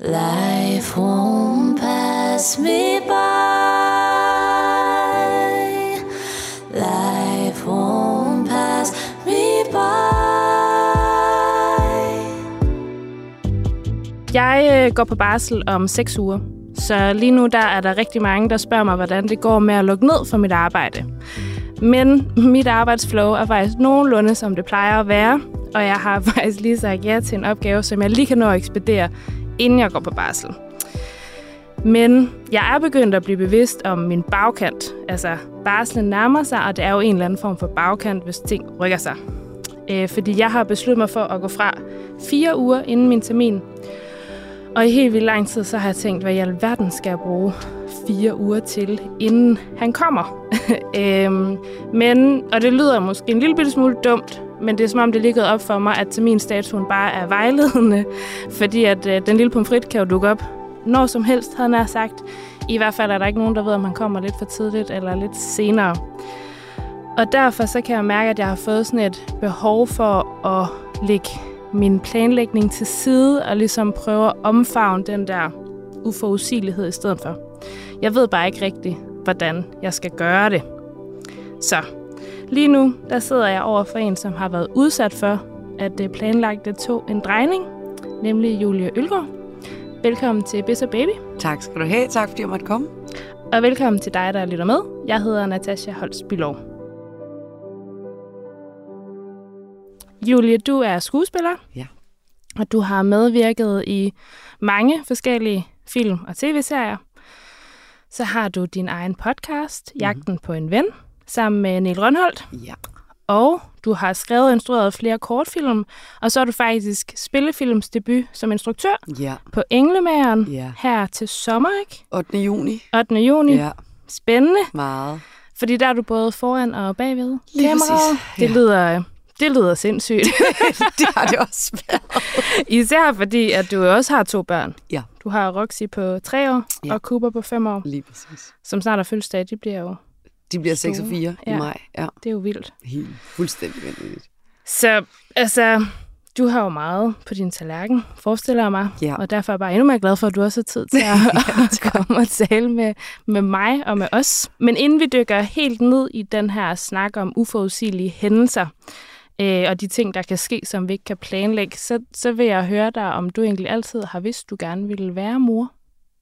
Life won't pass me by. Life won't pass me by. Jeg går på barsel om 6 uger. Så lige nu der er der rigtig mange, der spørger mig, hvordan det går med at lukke ned for mit arbejde. Men mit arbejdsflow er faktisk nogenlunde, som det plejer at være. Og jeg har faktisk lige sagt ja til en opgave, som jeg lige kan nå at ekspedere, inden jeg går på barsel. Men jeg er begyndt at blive bevidst om min bagkant. Altså, barslen nærmer sig, og det er jo en eller anden form for bagkant, hvis ting rykker sig. Fordi jeg har besluttet mig for at gå fra 4 uger inden min termin. Og i helt vildt lang tid, så har jeg tænkt, hvad i alverden skal jeg bruge 4 uger til, inden han kommer. Og det lyder måske en lille bitte smule dumt, men det er som om, det er lige gået op for mig, at terminstatuen bare er vejledende, fordi at den lille pomfrit kan jo dukke op når som helst, havde jeg sagt. I hvert fald er der ikke nogen, der ved, om han kommer lidt for tidligt eller lidt senere. Og derfor så kan jeg mærke, at jeg har fået sådan et behov for at lægge min planlægning til side og ligesom prøve at omfavne den der uforudsigelighed i stedet for. Jeg ved bare ikke rigtigt, hvordan jeg skal gøre det. Så lige nu, der sidder jeg over for en, som har været udsat for, at det planlagte tog en drejning, nemlig Julie Ølgaard. Velkommen til Biz & Baby. Tak skal du have. Tak fordi jeg måtte komme. Og velkommen til dig, der lytter med. Jeg hedder Natasha Holst Bylov. Julie, du er skuespiller. Ja. Og du har medvirket i mange forskellige film og tv-serier. Så har du din egen podcast, Jagten på en ven, sammen med Niel Rønholdt. Ja. Og du har skrevet og instrueret flere kortfilm, og så har du faktisk spillefilmsdebut som instruktør på Englemageren her til sommer, ikke? 8. juni. 8. juni. Ja. Spændende. Meget. Fordi der er du både foran og bagved lige kameraet. Præcis. Det lyder sindssygt. Det har det også været. Især fordi, at du også har 2 børn. Ja. Du har Roxy på 3 år, og Cooper på 5 år. Lige præcis. Som snart er fødselsdag. De bliver 6 og 4 i maj. Ja. Det er jo vildt. Helt fuldstændig vanvittigt. Så altså, du har jo meget på din tallerken, forestiller jeg mig. Ja. Og derfor er jeg bare endnu mere glad for, at du også har tid til at komme og tale med mig og med os. Men inden vi dykker helt ned i den her snak om uforudsigelige hændelser, og de ting, der kan ske, som vi ikke kan planlægge, så vil jeg høre dig, om du egentlig altid har vidst, du gerne ville være mor.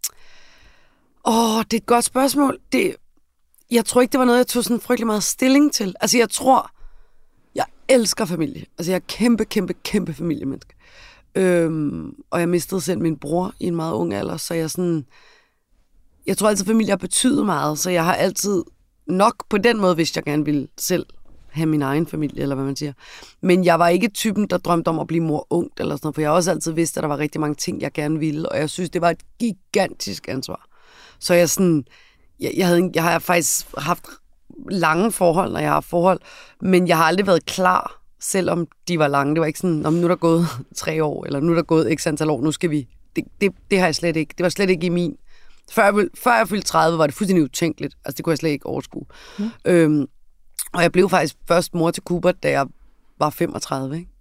Det er et godt spørgsmål. Jeg tror ikke, det var noget, jeg tog sådan frygtelig meget stilling til. Altså, jeg elsker familie. Altså, jeg er kæmpe familiemenneske. Og jeg mistede selv min bror i en meget ung alder, så jeg tror altid, familie har betydet meget, så jeg har altid nok på den måde, hvis jeg gerne ville selv have min egen familie, eller hvad man siger. Men jeg var ikke typen, der drømte om at blive mor ungt, eller sådan noget, for jeg har også altid vidst, at der var rigtig mange ting, jeg gerne ville, og jeg synes, det var et gigantisk ansvar. Så jeg har faktisk haft lange forhold, når jeg har forhold, men jeg har aldrig været klar, selvom de var lange. Det var ikke sådan, nu er der gået 3 år, eller nu er der gået x antal år, nu skal vi. Det har jeg slet ikke. Det var slet ikke i min. Før jeg fyldte 30, var det fuldstændig utænkeligt. Altså, det kunne jeg slet ikke overskue. Og jeg blev faktisk først mor til Cooper, da jeg var 35, ikke?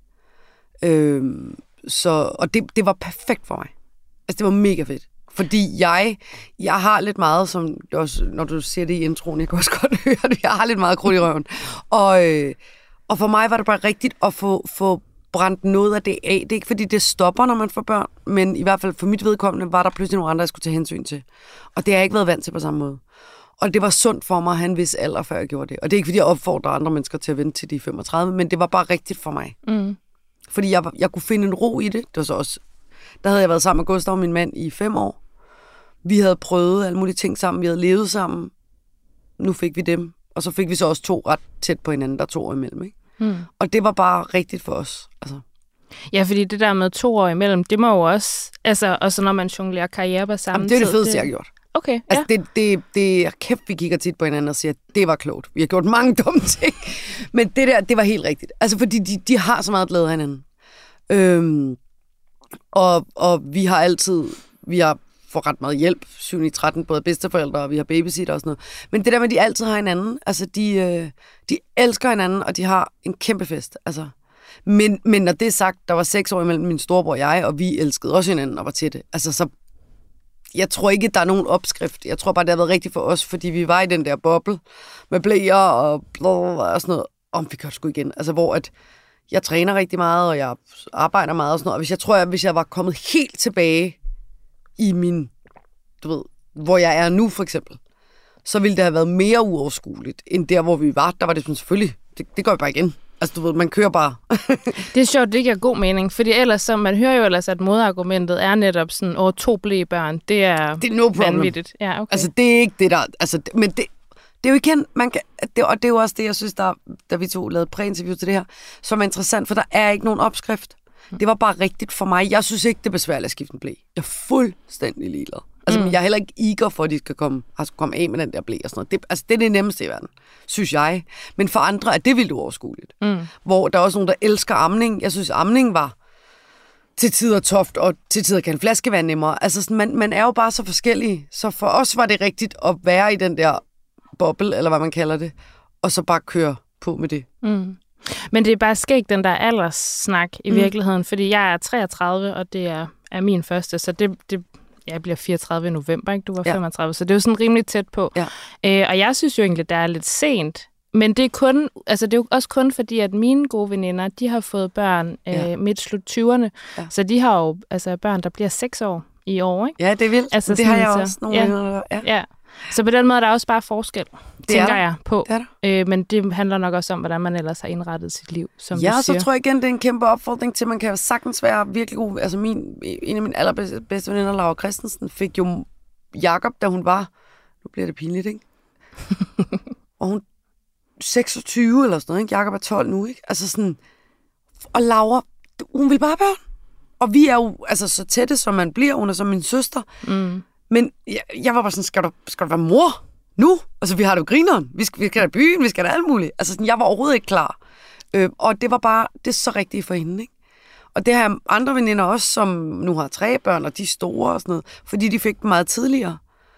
Og det var perfekt for mig. Altså, det var mega fedt. Fordi jeg har lidt meget, som også, når du siger det i introen, jeg kan også godt høre det, jeg har lidt meget krudt i røven. Og for mig var det bare rigtigt at få brændt noget af det af. Det er ikke, fordi det stopper, når man får børn, men i hvert fald for mit vedkommende var der pludselig nogle andre, jeg skulle tage hensyn til. Og det har jeg ikke været vant til på samme måde. Og det var sundt for mig at have en vis alder, før jeg gjorde det. Og det er ikke, fordi jeg opfordrer andre mennesker til at vente til de 35, men det var bare rigtigt for mig. Mm. Fordi jeg kunne finde en ro i det. Det var så også, der havde jeg været sammen med Gustav, min mand, i 5 år. Vi havde prøvet alle mulige ting sammen. Vi havde levet sammen. Nu fik vi dem. Og så fik vi så også 2 ret tæt på hinanden, der 2 år imellem. Ikke? Mm. Og det var bare rigtigt for os. Altså. Ja, fordi det der med 2 år imellem, det må jo også... Altså, og så når man jonglerer karriere på samme tid... det er det fedeste, jeg har gjort. Okay, altså, det kæft, vi kigger tit på hinanden og siger, det var klogt. Vi har gjort mange dumme ting. Men det der, det var helt rigtigt. Altså, fordi de har så meget glæde af hinanden. Og vi har altid... Vi har fået ret meget hjælp. 7-13, både bedsteforældre, og vi har babysitter og sådan noget. Men det der med, at de altid har hinanden. Altså, de elsker hinanden, og de har en kæmpe fest. Altså, Men når det er sagt, der var 6 år imellem min storebror og jeg, og vi elskede også hinanden og var tætte. Altså, så jeg tror ikke, der er nogen opskrift. Jeg tror bare, det har været rigtigt for os, fordi vi var i den der boble med blæer og sådan noget. Vi gør det sgu igen. Altså, hvor at jeg træner rigtig meget, og jeg arbejder meget og sådan noget. Og hvis jeg var kommet helt tilbage i min, du ved, hvor jeg er nu for eksempel, så ville det have været mere uoverskueligt, end der, hvor vi var. Der var det sådan, selvfølgelig, det gør vi bare igen. Altså, du ved, man kører bare. Det er sjovt, det ikke er god mening, fordi ellers, så man hører jo ellers, at modargumentet er netop sådan, 2 blæbørn, det er no problem. Vanvittigt. Ja, okay. Altså, det er ikke det der, altså, men det er jo igen, og det er jo også det, jeg synes, da vi to lavede præinterview til det her, som er interessant, for der er ikke nogen opskrift. Det var bare rigtigt for mig. Jeg synes ikke, det er besværligt at skifte en blæ. Jeg er fuldstændig ligeglad. Altså, jeg er heller ikke eager for, at de skal komme af med den der blæ og sådan noget. Det er det nemmeste i verden, synes jeg. Men for andre er det vildt uoverskueligt. Hvor der er også nogen, der elsker amning. Jeg synes, amning var til tider toft, og til tider kan en flaskevand nemmere. Altså, sådan, man er jo bare så forskellige. Så for os var det rigtigt at være i den der boble, eller hvad man kalder det, og så bare køre på med det. Men det er bare skægt, den der alderssnak i virkeligheden, fordi jeg er 33, og det er min første, så jeg bliver 34 i november, ikke? Du var 35, så det er jo sådan rimelig tæt på. Ja. Og jeg synes jo egentlig, det er lidt sent, men det er jo også kun fordi, at mine gode veninder, de har fået børn midt slut 20'erne, så de har jo børn, der bliver 6 år i år, ikke? Ja, det er vildt. Altså, det har jeg også nogle veninder. Ja. Så på den måde er der også bare forskel, tænker jeg på. Men det handler nok også om, hvordan man ellers har indrettet sit liv, som du siger. Ja, så tror jeg igen, det er en kæmpe opfordring til, at man kan sagtens være virkelig god. Altså en af mine allerbedste veninder, Laura Christensen, fik jo Jakob, da hun var, nu bliver det pinligt, ikke? Og hun 26 eller sådan noget, ikke? Jakob er 12 nu, ikke? Altså sådan, og Laura, hun vil bare have børn. Og vi er jo så tætte, som man bliver. Hun er som min søster. Men jeg var bare sådan, skal du være mor nu? Altså, vi har det jo grineren. Vi skal da i byen, vi skal da alt muligt. Altså, sådan, jeg var overhovedet ikke klar. Og det var bare, det er så rigtigt for hende, ikke? Og det har jeg andre veninder også, som nu har 3 børn, og de er store og sådan noget, fordi de fik dem meget tidligere.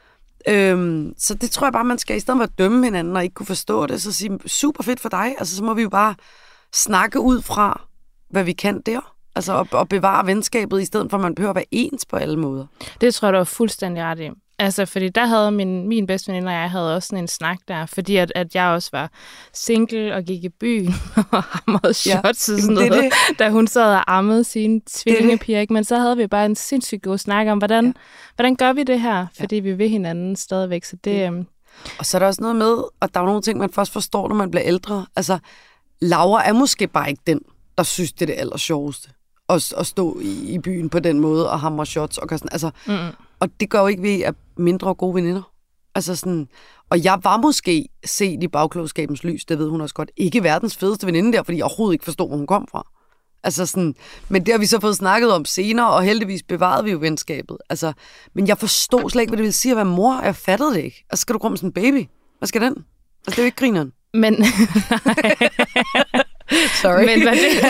Så det tror jeg bare, man skal i stedet for at dømme hinanden og ikke kunne forstå det, så sige, super fedt for dig. Altså, så må vi jo bare snakke ud fra, hvad vi kan der. Altså at bevare venskabet, i stedet for at man behøver at være ens på alle måder. Det tror jeg, du er fuldstændig ret i. Altså, fordi der havde min bedste veninde og jeg havde også sådan en snak der, fordi at jeg også var single og gik i byen og hamrede shots og sådan noget, da hun sad og ammede sine tvillingepiger. Men så havde vi bare en sindssygt god snak om, hvordan gør vi det her, fordi vi vil hinanden stadigvæk. Så det, Og så er der også noget med, og der er nogle ting, man først forstår, når man bliver ældre. Altså, Laura er måske bare ikke den, der synes, det er det allersjoveste. At stå i byen på den måde og hamre shots og sådan. Altså, og det gør jo ikke ved at mindre gode veninder. Altså sådan, og jeg var måske set i bagklogskabens lys, det ved hun også godt, ikke verdens fedeste veninde der, fordi jeg overhovedet ikke forstod, hvor hun kom fra. Altså sådan, men det har vi så fået snakket om senere, og heldigvis bevarede vi jo venskabet. Altså, men jeg forstod slet ikke, hvad det ville sige at være mor, og jeg fattede det ikke. Altså, skal du komme med sådan en baby? Hvad skal den? Altså, det er jo ikke grineren. Men sorry. Men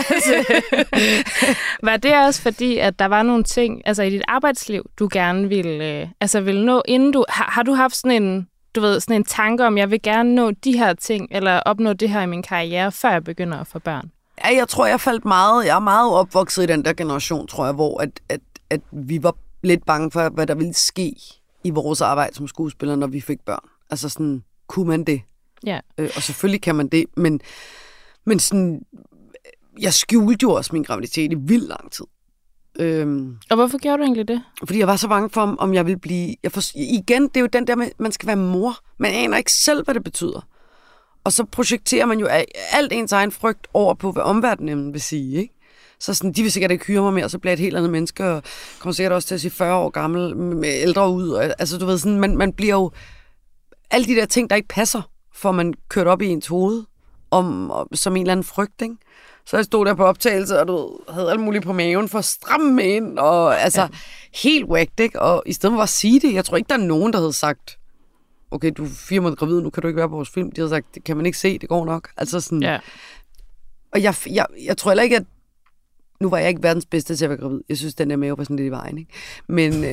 var det også fordi, at der var nogle ting, altså i dit arbejdsliv, du gerne ville nå, inden du... Har du haft sådan en tanke om, jeg vil gerne nå de her ting, eller opnå det her i min karriere, før jeg begynder at få børn? Ja, jeg tror, jeg er meget opvokset i den der generation, tror jeg, hvor at vi var lidt bange for, hvad der ville ske i vores arbejde som skuespiller, når vi fik børn. Altså sådan, kunne man det? Ja. Og selvfølgelig kan man det, men sådan, jeg skjulte jo også min graviditet i vildt lang tid. Og hvorfor gjorde du egentlig det? Fordi jeg var så bange for, om jeg ville blive... Igen, det er jo den der med, man skal være mor. Man aner ikke selv, hvad det betyder. Og så projekterer man jo alt ens egen frygt over på, hvad omverdenen vil sige, ikke? Så sådan, de vil sikkert ikke hyre mig mere, og så bliver jeg et helt andet menneske, og kommer sikkert også til at se 40 år gammel, med ældre ud. Og, altså, du ved, sådan, man bliver jo... Alle de der ting, der ikke passer, får man kørt op i ens hoved, som en eller anden frygt, ikke? Så jeg stod der på optagelse, og du havde alt muligt på maven for at stramme ind, og altså helt whacked, ikke? Og i stedet for at sige det, jeg tror ikke, der er nogen, der havde sagt, okay, du er 4 måneder gravid, nu kan du ikke være på vores film. De havde sagt, det kan man ikke se, det går nok. Altså sådan... Ja. Og jeg tror heller ikke, at nu var jeg ikke verdens bedste til at være gravid. Jeg synes, den der mave var sådan lidt i vejen, ikke? Men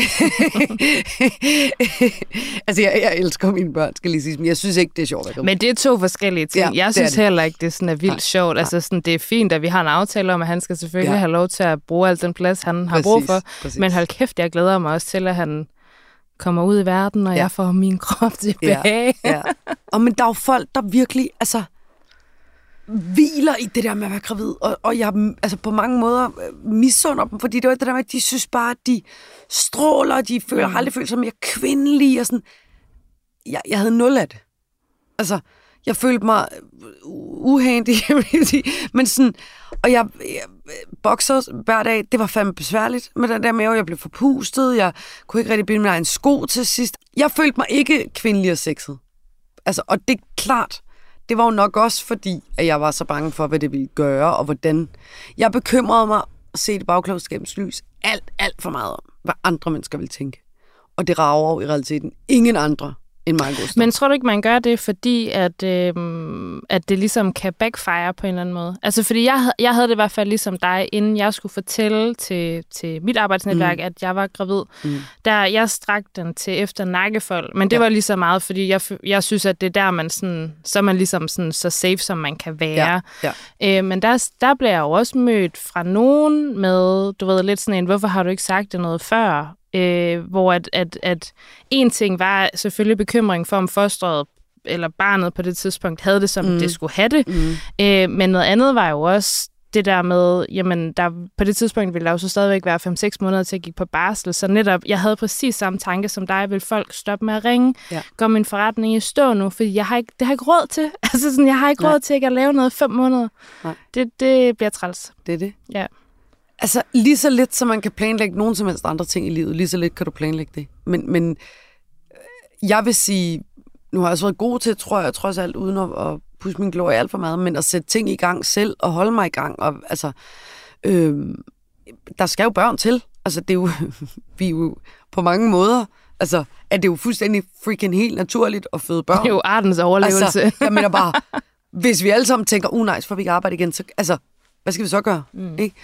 altså, jeg elsker mine børn, skal lige sige, men jeg synes ikke, det er sjovt at være gravid. Men det er 2 forskellige ting. Ja, jeg synes heller ikke, det er sådan er vildt sjovt. Altså, sådan, det er fint, at vi har en aftale om, at han skal selvfølgelig have lov til at bruge al den plads, han har brug for. Præcis. Men hold kæft, jeg glæder mig også til, at han kommer ud i verden, og jeg får min krop tilbage. Ja. Og men der er jo folk, der virkelig, altså, hviler i det der med at være gravid, og jeg altså på mange måder misunder dem, fordi det var det der med, at de synes bare, at de stråler, og de føler, aldrig følt sig mere kvindelige, og sådan. Jeg havde 0 af det. Altså, jeg følte mig uhandig, men sådan, og jeg bokser hver dag, det var fandme besværligt med den der mave, jeg blev forpustet, jeg kunne ikke rigtig binde min egen sko til sidst. Jeg følte mig ikke kvindelig og sexet. Altså, og det er klart, det var jo nok også fordi, at jeg var så bange for, hvad det ville gøre, og hvordan. Jeg bekymrede mig at se det bagklogskabens lys alt for meget om, hvad andre mennesker ville tænke. Og det rager jo i realiteten ingen andre end mig. Men tror du ikke, man gør det, fordi at det ligesom kan backfire på en eller anden måde? Altså, fordi jeg havde det i hvert fald ligesom dig, inden jeg skulle fortælle til mit arbejdsnetværk, at jeg var gravid. Der jeg strakte den til efter nakkefold, men det var lige så meget, fordi jeg synes, at det er der, man sådan, så er man ligesom sådan, så safe, som man kan være. Men der blev jeg jo også mødt fra nogen med, du ved, lidt sådan en, hvorfor har du ikke sagt det noget før? Hvor at en ting var selvfølgelig bekymring for, om fosteret eller barnet på det tidspunkt havde det, som det skulle have det. Men noget andet var jo også det der med, jamen, på det tidspunkt ville der jo så stadigvæk være 5-6 måneder til at gik på barsel, så netop, jeg havde præcis samme tanke som dig, vil folk stoppe med at ringe, gå min forretning i stå nu, fordi det har ikke råd til. Altså sådan, jeg har ikke råd til ikke at lave noget 5 måneder. Det bliver træls. Det er det? Ja. Altså, lige så lidt, som man kan planlægge nogen som helst andre ting i livet, lige så lidt kan du planlægge det. Men jeg vil sige, nu har jeg også været god til, tror jeg, trods alt, uden at pusse min glorie alt for meget, men at sætte ting i gang selv, og holde mig i gang, og altså, der skal jo børn til. Altså, det er jo, vi er jo på mange måder, altså, at det er jo fuldstændig freaking helt naturligt at føde børn. Det er jo artens overlevelse. Altså, jeg mener bare, hvis vi alle sammen tænker, nice, for vi kan arbejde igen, så, altså, hvad skal vi så gøre? Ikke?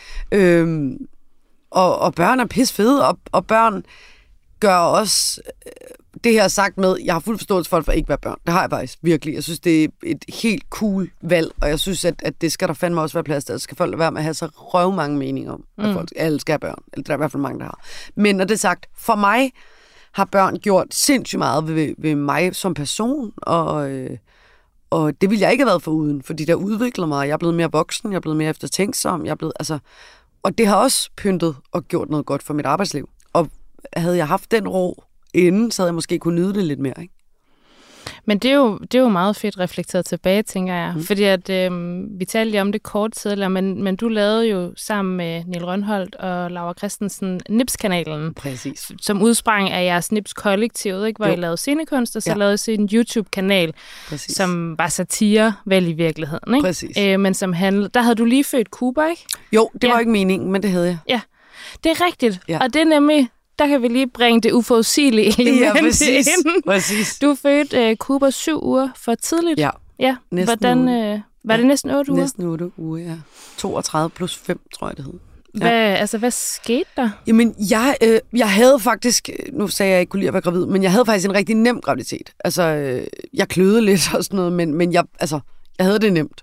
Og børn er pissfede, og børn gør også det her sagt med, jeg har fuld forståelse for ikke være børn. Det har jeg faktisk virkelig. Jeg synes, det er et helt cool valg, og jeg synes, at det skal der fandme også være plads til. Der skal folk være med at have så røv mange meninger om, at folk alle skal have børn. Eller der er i hvert fald mange, der har. Men når det er sagt, for mig har børn gjort sindssygt meget ved mig som person, og det ville jeg ikke have været foruden, fordi der udviklede mig. Jeg er blevet mere voksen, jeg er blevet mere eftertænksom, og det har også pyntet og gjort noget godt for mit arbejdsliv. Og havde jeg haft den ro inden, så havde jeg måske kunne nyde det lidt mere, ikke? Men det er jo meget fedt reflekteret tilbage, tænker jeg. Fordi at vi talte lige om det kort tidligere, men du lavede jo sammen med Niel Rønholdt og Laura Christensen Nips-kanalen. Præcis. Som udsprang af jeres Nips-kollektivet, ikke? Hvor I lavede scenekunst, og så lavede I en YouTube-kanal, som var satire, vel i virkeligheden, ikke? Præcis. Men som handlede... Der havde du lige født Cooper, ikke? Jo, det var ikke meningen, men det havde jeg. Ja, det er rigtigt. Ja. Og det er nemlig... Der kan vi lige bringe det uforudsigelige element ind. Præcis. Du fødte Cooper 7 uger for tidligt. Ja. Hvordan, var det næsten 8 uger? Næsten 8 uger, ja. 32 plus 5, tror jeg, det hed. Hvad skete der? Jamen, jeg havde faktisk, nu sagde jeg, at jeg ikke kunne lide at være gravid, men jeg havde faktisk en rigtig nem graviditet. Altså, jeg kløede lidt og sådan noget, men jeg havde det nemt.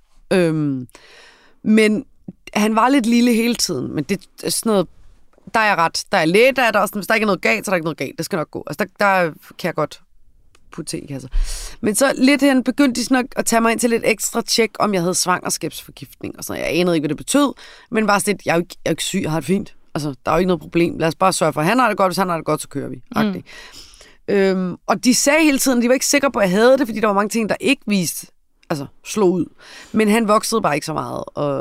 Men han var lidt lille hele tiden, men det er sådan noget, der er ret. Der er læge, der er der også. Hvis der ikke er noget galt, så er der ikke noget galt. Det skal nok gå. Altså, der kan jeg godt putte ting i kasser. Men så lidt hen begyndte de sådan at tage mig ind til lidt ekstra tjek, om jeg havde svangerskabsforgiftning og sådan noget. Jeg anede ikke, hvad det betød, men bare sådan lidt, jeg er jo ikke syg, jeg har det fint. Altså, der er jo ikke noget problem. Lad os bare sørge for, at han har det godt. Hvis han har det godt, så kører vi. Og de sagde hele tiden, de var ikke sikre på, at jeg havde det, fordi der var mange ting, der ikke viste, altså slog ud. Men han voksede bare ikke så meget.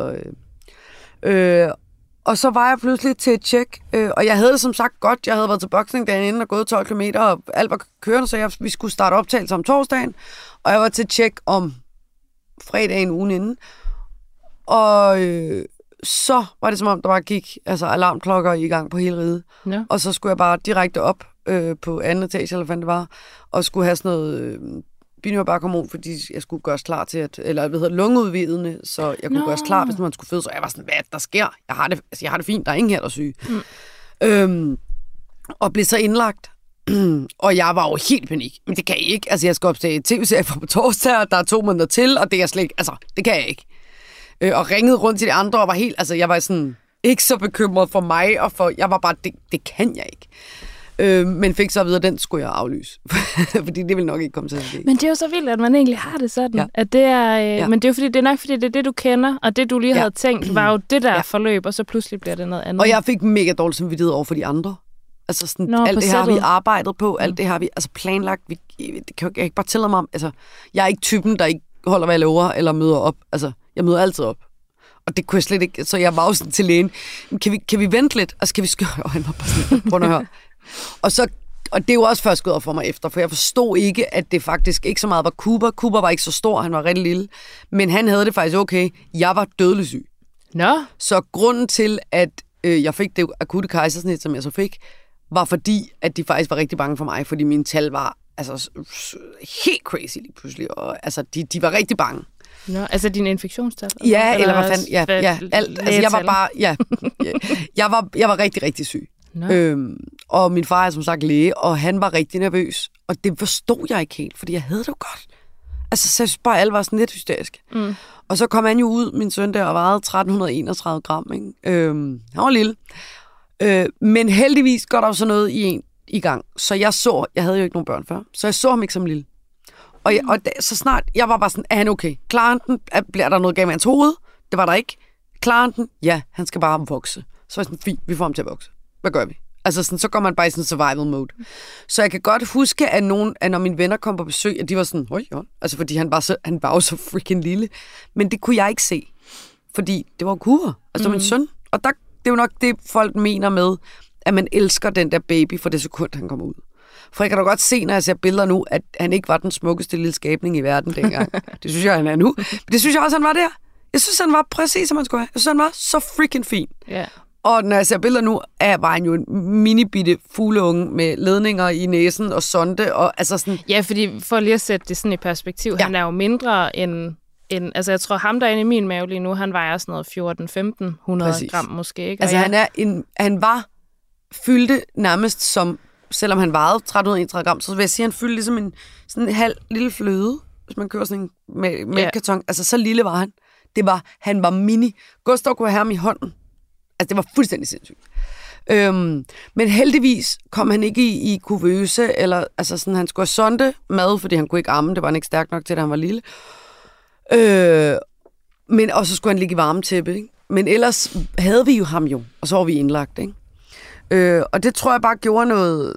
Og så var jeg pludselig til et tjek, og jeg havde det som sagt godt. Jeg havde været til boksning dagen inden og gået 12 km, og alt var kørende, så vi skulle starte optagelse om torsdagen. Og jeg var til et tjek om fredagen ugen inden. Og så var det som om, der bare gik alarmklokker i gang på hele riget. Ja. Og så skulle jeg bare direkte op på anden etage, eller hvad det var, og skulle have sådan noget binyrbarkhormon, fordi jeg skulle gøres klar til lungeudvidende, så jeg kunne gøres klar, hvis man skulle føde. Så jeg var sådan, hvad der sker? Jeg har det fint, der er ingen her, der er syge. Og blev så indlagt. Og jeg var jo helt panik. Men det kan jeg ikke. Altså, jeg skal opstage tv-serie på torsdag, og der er 2 måneder til, og det er slet ikke... Altså, det kan jeg ikke. Og ringede rundt til de andre, og var helt... Altså, jeg var sådan ikke så bekymret for mig, og for... Jeg var bare, det kan jeg ikke. Men fik så at vide, at den skulle jeg aflyse. Fordi det ville nok ikke komme til at ske. Men det er jo så vildt, at man egentlig har det sådan. Ja. At det er, men det er jo fordi, det er nok fordi, det er det, du kender, og det, du lige havde tænkt, var jo det der forløb, og så pludselig bliver det noget andet. Og jeg fik mega dårlig samvittighed over for de andre. Altså sådan, alt det har vi arbejdet på, alt det har vi planlagt. Det kan jeg ikke bare tælle mig om. Altså, jeg er ikke typen, der ikke holder, hvad jeg lover, eller møder op. Altså, jeg møder altid op. Og det kunne jeg slet ikke. Så jeg var jo sådan til lægen. Kan vi vente lidt? Altså, kan vi skøre? Og han var bare sådan, prøv at høre. Og det er jo også først gået op for mig efter, for jeg forstod ikke, at det faktisk ikke så meget var Cooper. Cooper var ikke så stor, han var rigtig lille. Men han havde det faktisk okay. Jeg var dødelig syg. Nå. Så grunden til, at jeg fik det akutte kejsersnit, som jeg så fik, var fordi, at de faktisk var rigtig bange for mig, fordi mine tal var altså helt crazy lige pludselig. Og altså, de var rigtig bange. Nå, altså din infektionstal? Ja, eller hvad fanden, ja, alt. Altså, jeg var bare, jeg var rigtig, rigtig syg. Og min far er som sagt læge, og han var rigtig nervøs. Og det forstod jeg ikke helt, fordi jeg havde det jo godt. Altså, så jeg synes bare, alle var sådan lidt hysteriske. Og så kom han jo ud, min søn der, og vejede 1331 gram. Ikke? Han var lille. Men heldigvis går der jo så noget i gang. Så jeg havde jo ikke nogen børn før, så jeg så ham ikke som lille. Og så snart, jeg var bare sådan, er han okay? Klarer han den? Bliver der noget galt med hans hoved? Det var der ikke. Klarer han den? Ja, han skal bare vokse. Så var jeg sådan, fint, vi får ham til at vokse. Hvad gør vi? Altså sådan, så går man bare i sådan survival mode. Så jeg kan godt huske, at når mine venner kom på besøg, at de var sådan, altså fordi han var jo så freaking lille. Men det kunne jeg ikke se, fordi det var Cooper, altså min søn. Og det er jo nok det, folk mener med, at man elsker den der baby for det sekund, han kommer ud. For jeg kan da godt se, når jeg ser billeder nu, at han ikke var den smukkeste lille skabning i verden dengang. Det synes jeg, han er nu. Men det synes jeg også, han var der. Jeg synes, han var præcis, som han skulle have. Jeg synes, han var så freaking fin. Yeah. Og når jeg ser billeder nu, var han jo en mini-bitte fugleunge med ledninger i næsen og sonde. Og, altså sådan... Ja, fordi for lige at sætte det sådan i perspektiv, han er jo mindre end... Altså jeg tror, ham der inde i min mave lige nu, han vejer sådan noget 1400-1500 gram måske. Ikke? Altså han var fyldte nærmest som... Selvom han vejede 1331 gram, så vil jeg sige, at han fyldte ligesom sådan en halv lille fløde, hvis man kører sådan en med karton. Altså, så lille var han. Han var mini. Gustav kunne have ham i hånden. Altså, det var fuldstændig sindssygt. Men heldigvis kom han ikke i kuvøse, eller altså sådan, han skulle have sonde mad, fordi han kunne ikke amme. Det var han ikke stærk nok til, da han var lille. Men og så skulle han ligge i varmetæppe, ikke? Men ellers havde vi jo ham jo, og så var vi indlagt, ikke? Og det tror jeg bare gjorde noget...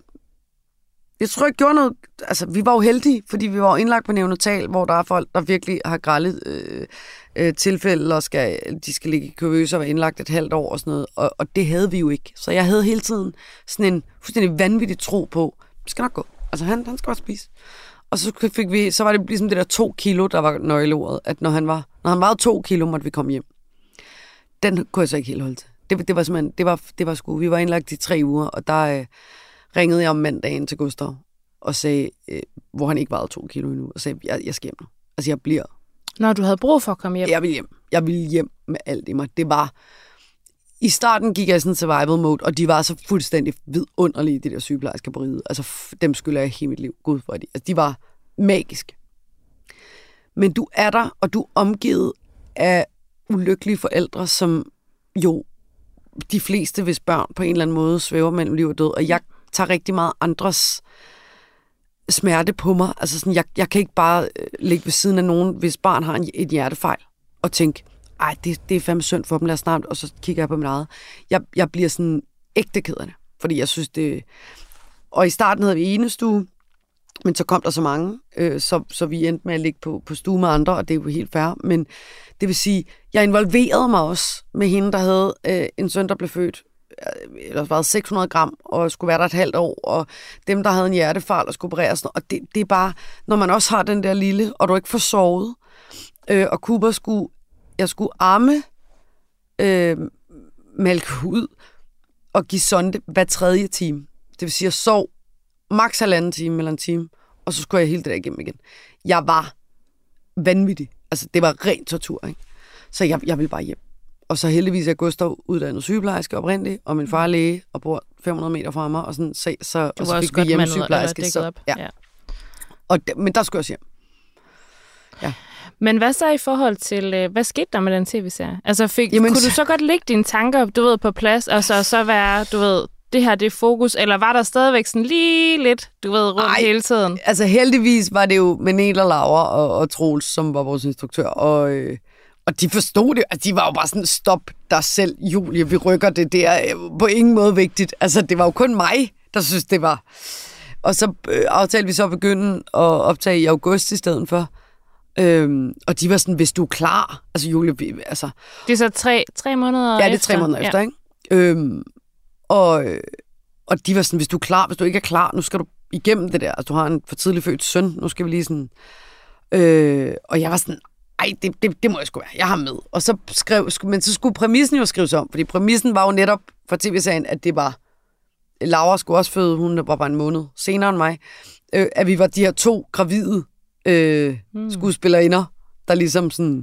Altså, vi var jo heldige, fordi vi var indlagt på neonatal, hvor der er folk, der virkelig har grællet tilfælde, og de skal ligge i kuvøse og være indlagt et halvt år og sådan noget. Og det havde vi jo ikke. Så jeg havde hele tiden sådan en fuldstændig vanvittig tro på, det skal nok gå. Altså, han skal bare spise. Og så var det ligesom det der 2 kilo, der var nøgleordet, at når han vejede 2 kilo, måtte vi komme hjem. Den kunne jeg så ikke helt holde til. Det var simpelthen, det var sgu. Vi var indlagt i 3 uger, og der ringede jeg om mandagen til Gustav og sagde, hvor han ikke vejede 2 kilo endnu, og sagde, jeg skal hjem nu. Altså, jeg bliver. Når du havde brug for at komme hjem? Jeg ville hjem. Jeg ville hjem med alt i mig. Det var... I starten gik jeg i sådan en survival mode, og de var så fuldstændig vidunderlige, de der sygeplejersker på riget. Altså, dem skylder jeg hele mit liv. Gud for de. Altså, de var magiske. Men du er der, og du er omgivet af ulykkelige forældre, som jo de fleste, hvis børn på en eller anden måde svæver mellem liv og død. Og jeg tager rigtig meget andres smerte på mig. Altså sådan, jeg kan ikke bare ligge ved siden af nogen, hvis barn har et hjertefejl, og tænke, ej, det er fandme synd for dem, lad os snart, og så kigger jeg på mit eget. Jeg bliver sådan ægte ked af det, fordi jeg synes det... Og i starten havde vi enestue, men så kom der så mange, så vi endte med at ligge på stue med andre, og det er jo helt fair. Men det vil sige, jeg involverede mig også med hende, der havde en søn, der blev født, eller var 600 gram, og skulle være der et halvt år, og dem, der havde en hjertefejl og skulle opereres. Og det er bare, når man også har den der lille, og du ikke får sovet, og Cooper jeg skulle amme, mælke ud, og give sonde hver 3. time. Det vil sige, at jeg sov maks 1,5 time eller en time, og så skulle jeg hele det der igennem igen. Jeg var vanvittig. Altså, det var ren tortur, ikke? Så jeg ville bare hjem. Og så heldigvis er Gustav uddannet sygeplejerske oprindeligt, og min far er læge og bor 500 meter fra mig, og sådan, så fik vi hjemmesygeplejerske. Men der skulle jeg også hjem. Ja. Men hvad så i forhold til, hvad skete der med den tv-serie? Altså, kunne du så godt lægge dine tanker, du ved, på plads, og så være, du ved, det her, det er fokus, eller var der stadigvæk sådan lige lidt, du ved, rundt hele tiden? Altså heldigvis var det jo med Nel og Laura og Troels, som var vores instruktør, og de forstod det, altså de var jo bare sådan, stop dig selv, Julie, vi rykker det, det er på ingen måde vigtigt. Altså det var jo kun mig, der synes det var. Og så aftalte vi så at begynde at optage i august i stedet for. Og de var sådan, hvis du er klar, altså Julie, altså... Det er så tre måneder efter? Ja, det er 3 måneder efter, ikke? Og de var sådan, hvis du er klar, hvis du ikke er klar, nu skal du igennem det der. Altså, du har en for tidlig født søn, nu skal vi lige sådan... Og jeg var sådan, ej, det må jeg sgu være, jeg har med. Og så men så skulle præmissen jo skrives om, fordi præmissen var jo netop for tv-serien, at det var... Laura skulle også føde, hun var bare en måned senere end mig, at vi var de her 2 gravide skuespillerinder, der ligesom sådan...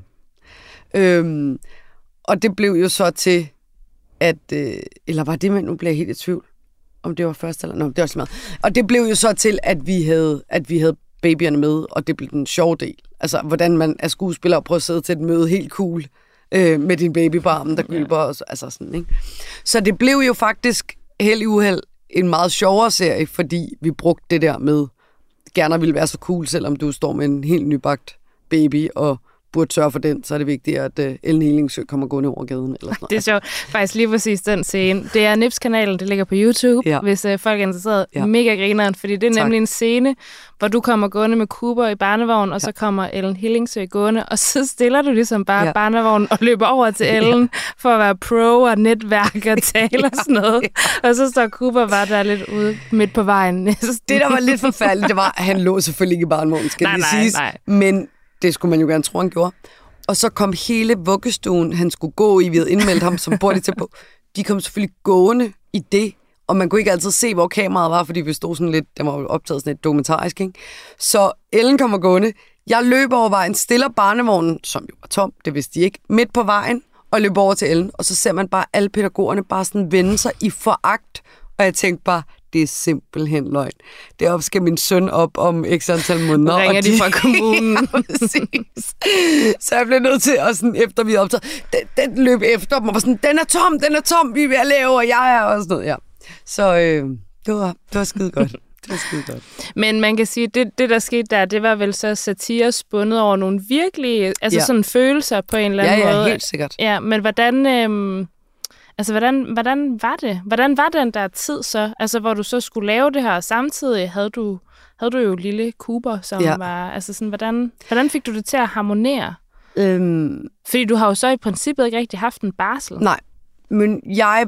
og det blev jo så til, at... eller var det, men nu blev jeg helt i tvivl, om det var først eller... Nå, det var også meget. Og det blev jo så til, at vi havde babyerne med, og det blev den sjove del. Altså, hvordan man er skuespiller og prøver at sidde til et møde helt cool med din baby på armen, der gylper os. Altså sådan, ikke? Så det blev jo faktisk held i uheld en meget sjovere serie, fordi vi brugte det der med gerne ville være så cool, selvom du står med en helt nybagt baby og burde sørge for den, så er det vigtigt, at Ellen Helingsø kommer gående over gaden. Eller sådan noget. Det er sjovt. Faktisk lige præcis den scene. Det er Nips-kanalen, det ligger på YouTube, hvis folk er interesseret. Ja. Mega grineren, fordi det er nemlig en scene, hvor du kommer gående med Cooper i barnevogn, og så kommer Ellen Helingsø gående, og så stiller du ligesom bare barnevognen og løber over til Ellen for at være pro og netværk og tale og sådan noget. Og så står Cooper bare der lidt ude midt på vejen næsten. Det, der var lidt forfærdeligt, det var, at han lå selvfølgelig ikke i barnevognen, skal det siges. Men det skulle man jo gerne tro, han gjorde. Og så kom hele vuggestuen, han skulle gå i, vi havde indmeldt ham, som bor lidt til på. De kom selvfølgelig gående i det, og man kunne ikke altid se, hvor kameraet var, fordi vi stod sådan lidt, der var jo optaget sådan lidt dokumentarisk, ikke? Så Ellen kommer gående, jeg løber over vejen, stiller barnevognen, som jo var tom, det vidste de ikke, midt på vejen, og løber over til Ellen, og så ser man bare alle pædagogerne bare sådan vende sig i foragt, og jeg tænkte bare, det er simpelthen løgn. Deroppe skal min søn op om x antal måneder. Ringer de fra kommunen. Ja, præcis. Så jeg blev nødt til at sådan, efter vi optaget, den løb efter dem, og var sådan, den er tom, vi er ved at lave, og jeg er og sådan noget, ja. Så det var skide godt. Det var skide godt. Men man kan sige, det der skete der, det var vel så satire spundet over nogle virkelige, altså sådan følelser på en eller anden måde. Ja, helt sikkert. Ja, men hvordan... Altså, hvordan var det? Hvordan var den der tid så? Altså, hvor du så skulle lave det her, samtidig havde du jo lille Cooper, som var... Altså, sådan, hvordan fik du det til at harmonere? Fordi du har jo så i princippet ikke rigtig haft en barsel. Nej, men da jeg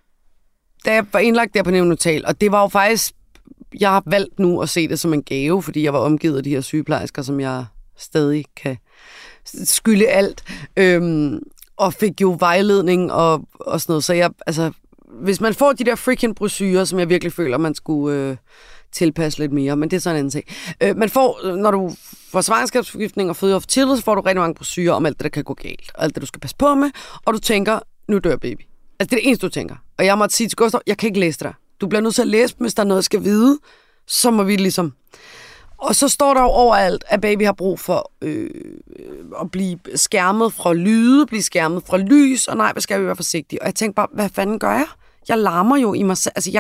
var indlagt der på neonatal, og det var jo faktisk... Jeg har valgt nu at se det som en gave, fordi jeg var omgivet af de her sygeplejersker, som jeg stadig kan skylde alt. Og fik jo vejledning og sådan noget. Så hvis man får de der freaking brochurer, som jeg virkelig føler, man skulle tilpasse lidt mere, men det er sådan en anden ting. Man får, når du får svangerskabsforgiftning og føder for tidligt, så får du rigtig mange brochurer om alt det, der kan gå galt, og alt det, du skal passe på med, og du tænker, nu dør baby. Altså, det er det eneste, du tænker. Og jeg måtte sige til Gustav, jeg kan ikke læse det der. Du bliver nødt til at læse, hvis der er noget, jeg skal vide, så må vi ligesom... Og så står der jo overalt, at baby har brug for at blive skærmet fra lyde, blive skærmet fra lys, og nej, hvad skal vi være forsigtige? Og jeg tænkte bare, hvad fanden gør jeg? Jeg larmer jo i mig selv. Altså,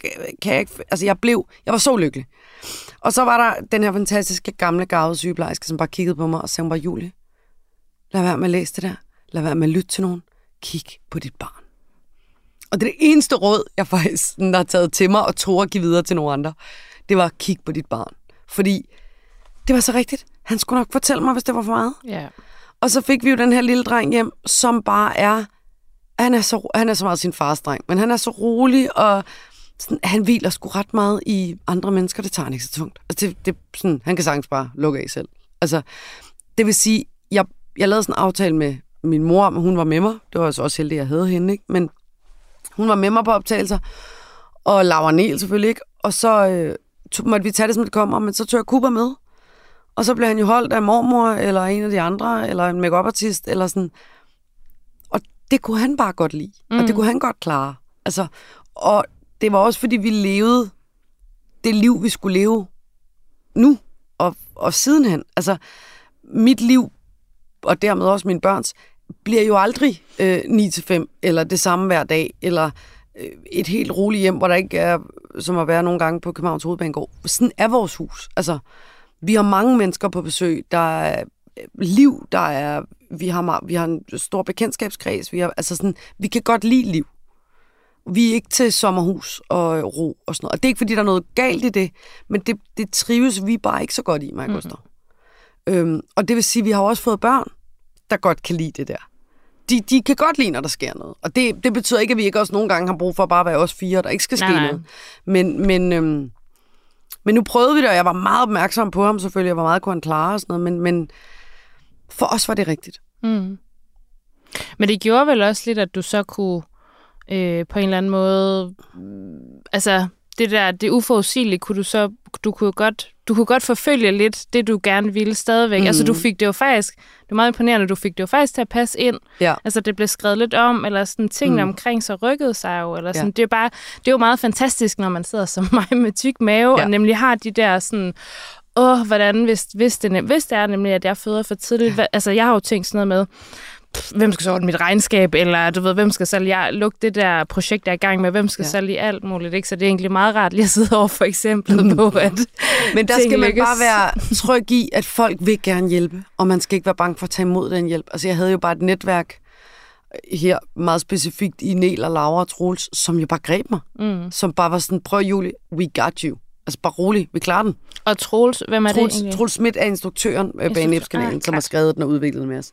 jeg var så lykkelig. Og så var der den her fantastiske, gamle, garvede sygeplejerske, som bare kiggede på mig og sagde, Julie, lad være med at læse det der. Lad være med at lytte til nogen. Kig på dit barn. Og det er det eneste råd, jeg faktisk har taget til mig og tog at give videre til nogle andre. Det var, kig på dit barn. Fordi det var så rigtigt. Han skulle nok fortælle mig, hvis det var for meget. Yeah. Og så fik vi jo den her lille dreng hjem, som bare er... Han er så meget sin fars dreng, men han er så rolig, og sådan, han hviler sgu ret meget i andre mennesker. Det tager han ikke så tungt. Altså, det sådan, han kan sagtens bare lukke af selv. Altså, det vil sige, jeg lavede sådan en aftale med min mor, men hun var med mig. Det var altså også heldigt, at jeg havde hende, ikke? Men hun var med mig på optagelser, og Laura Nel selvfølgelig ikke. Og så måtte vi tage det, som det kommer, men så tog jeg Cooper med. Og så blev han jo holdt af mormor, eller en af de andre, eller en make-up-artist, eller sådan. Og det kunne han bare godt lide. Og det kunne han godt klare. Altså, og det var også, fordi vi levede det liv, vi skulle leve nu, og sidenhen. Altså, mit liv, og dermed også mine børns, bliver jo aldrig 9-5, eller det samme hver dag, eller et helt roligt hjem, hvor der ikke er, som at være nogle gange på Københavns Hovedbanegård. Sådan er vores hus. Altså, vi har mange mennesker på besøg, der er liv, der er, vi har en stor bekendtskabskreds, vi kan godt lide liv. Vi er ikke til sommerhus og ro og sådan noget. Og det er ikke, fordi der er noget galt i det, men det trives vi bare ikke så godt i, mig og Gustav. Og det vil sige, at vi har også fået børn, der godt kan lide det der. De kan godt lide, når der sker noget. Og det betyder ikke, at vi ikke også nogle gange har brug for at bare være os fire, der ikke skal ske noget. Men nu prøvede vi det, og jeg var meget opmærksom på ham selvfølgelig. Jeg var meget kunne han klare og sådan noget, men for os var det rigtigt. Men det gjorde vel også lidt, at du så kunne på en eller anden måde, altså det uforudsigelige, du kunne godt forfølge lidt det, du gerne ville stadigvæk. Altså du fik det jo faktisk, det er meget imponerende, du fik det jo faktisk til at passe ind. Ja. Altså det blev skrevet lidt om, eller sådan tingene omkring så rykkede sig jo, eller sådan. Det er jo meget fantastisk, når man sidder som mig med tyk mave, og nemlig har de der sådan, hvordan, hvis det er nemlig, at jeg føder for tidligt. Altså jeg har jo tænkt sådan noget med, hvem skal så ordne mit regnskab, eller du ved, hvem skal så lige lukke det der projekt, jeg er i gang med, hvem skal så lige alt muligt, ikke? Så det er egentlig meget rart lige at sidde over for eksemplet på, at men der skal man bare være tryg i, at folk vil gerne hjælpe, og man skal ikke være bange for at tage imod den hjælp. Altså jeg havde jo bare et netværk her, meget specifikt i Nel og Laura og Troels, som jo bare greb mig, som bare var sådan, prøv Julie, we got you. Altså bare rolig, vi klarer den. Og Troels, hvem er det egentlig? Troels Schmidt er instruktøren bag Nebs-kanalen, som har skrevet den og udviklet med os.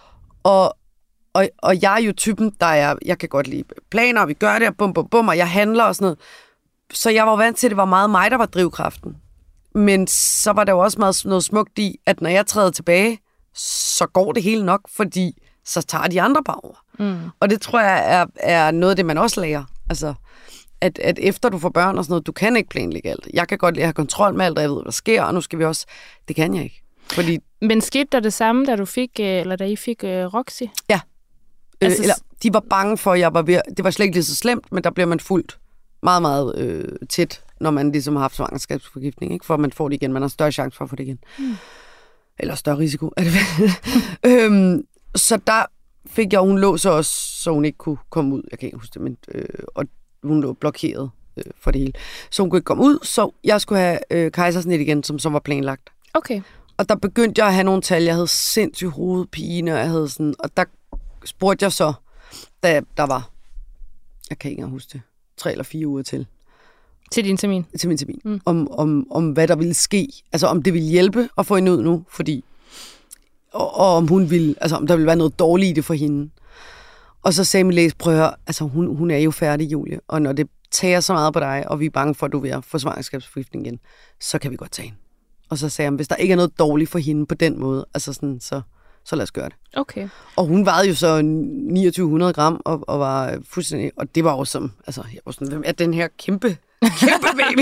Og jeg er jo typen, jeg kan godt lide planer, og vi gør det, og bum, bum, bum, og jeg handler og sådan noget. Så jeg var vant til, at det var meget mig, der var drivkraften. Men så var der jo også meget noget smukt i, at når jeg træder tilbage, så går det hele nok, fordi så tager de andre bare over. Og det tror jeg er noget af det, man også lærer. Altså, at efter du får børn og sådan noget, du kan ikke planlægge alt. Jeg kan godt lide at have kontrol med alt, og jeg ved, hvad der sker, og nu skal vi også... Det kan jeg ikke. Fordi... Men skete der det samme, da I fik Roxy? Ja. Altså, eller de var bange for, at jeg var ved... Det var slet ikke lige så slemt, men der bliver man fuldt meget, meget tæt, når man ligesom har haft svangerskabsforgiftning, ikke? For man får det igen. Man har større chance for at få det igen. Eller større risiko, er det vel. Så der fik jeg, hun lå så også, så hun ikke kunne komme ud. Jeg kan ikke huske det, men... og hun lå blokeret for det hele. Så hun kunne ikke komme ud, så jeg skulle have kejsersnit igen, som så var planlagt. Okay. Og der begyndte jeg at have nogle tal. Jeg havde sindssygt hovedpine, og jeg havde sådan... Og der spurgte jeg så, da der var... Jeg kan ikke engang huske det. 3 eller 4 uger til. Til din termin? Til min termin. Om hvad der ville ske. Altså om det ville hjælpe at få hende ud nu, fordi... Og om hun ville... Altså om der ville være noget dårligt i det for hende. Og så sagde min læge, prøv at høre, altså hun er jo færdig, Julie. Og når det tager så meget på dig, og vi er bange for, at du vil få svangerskabsforgiftning igen, så kan vi godt tage hende. Og så sagde han, hvis der ikke er noget dårligt for hende på den måde, altså sådan, så lad os gøre det. Okay. Og hun vejede jo så 2900 gram, og var fuldstændig, og det var jo som, altså, jeg var sådan, hvem er den her kæmpe baby?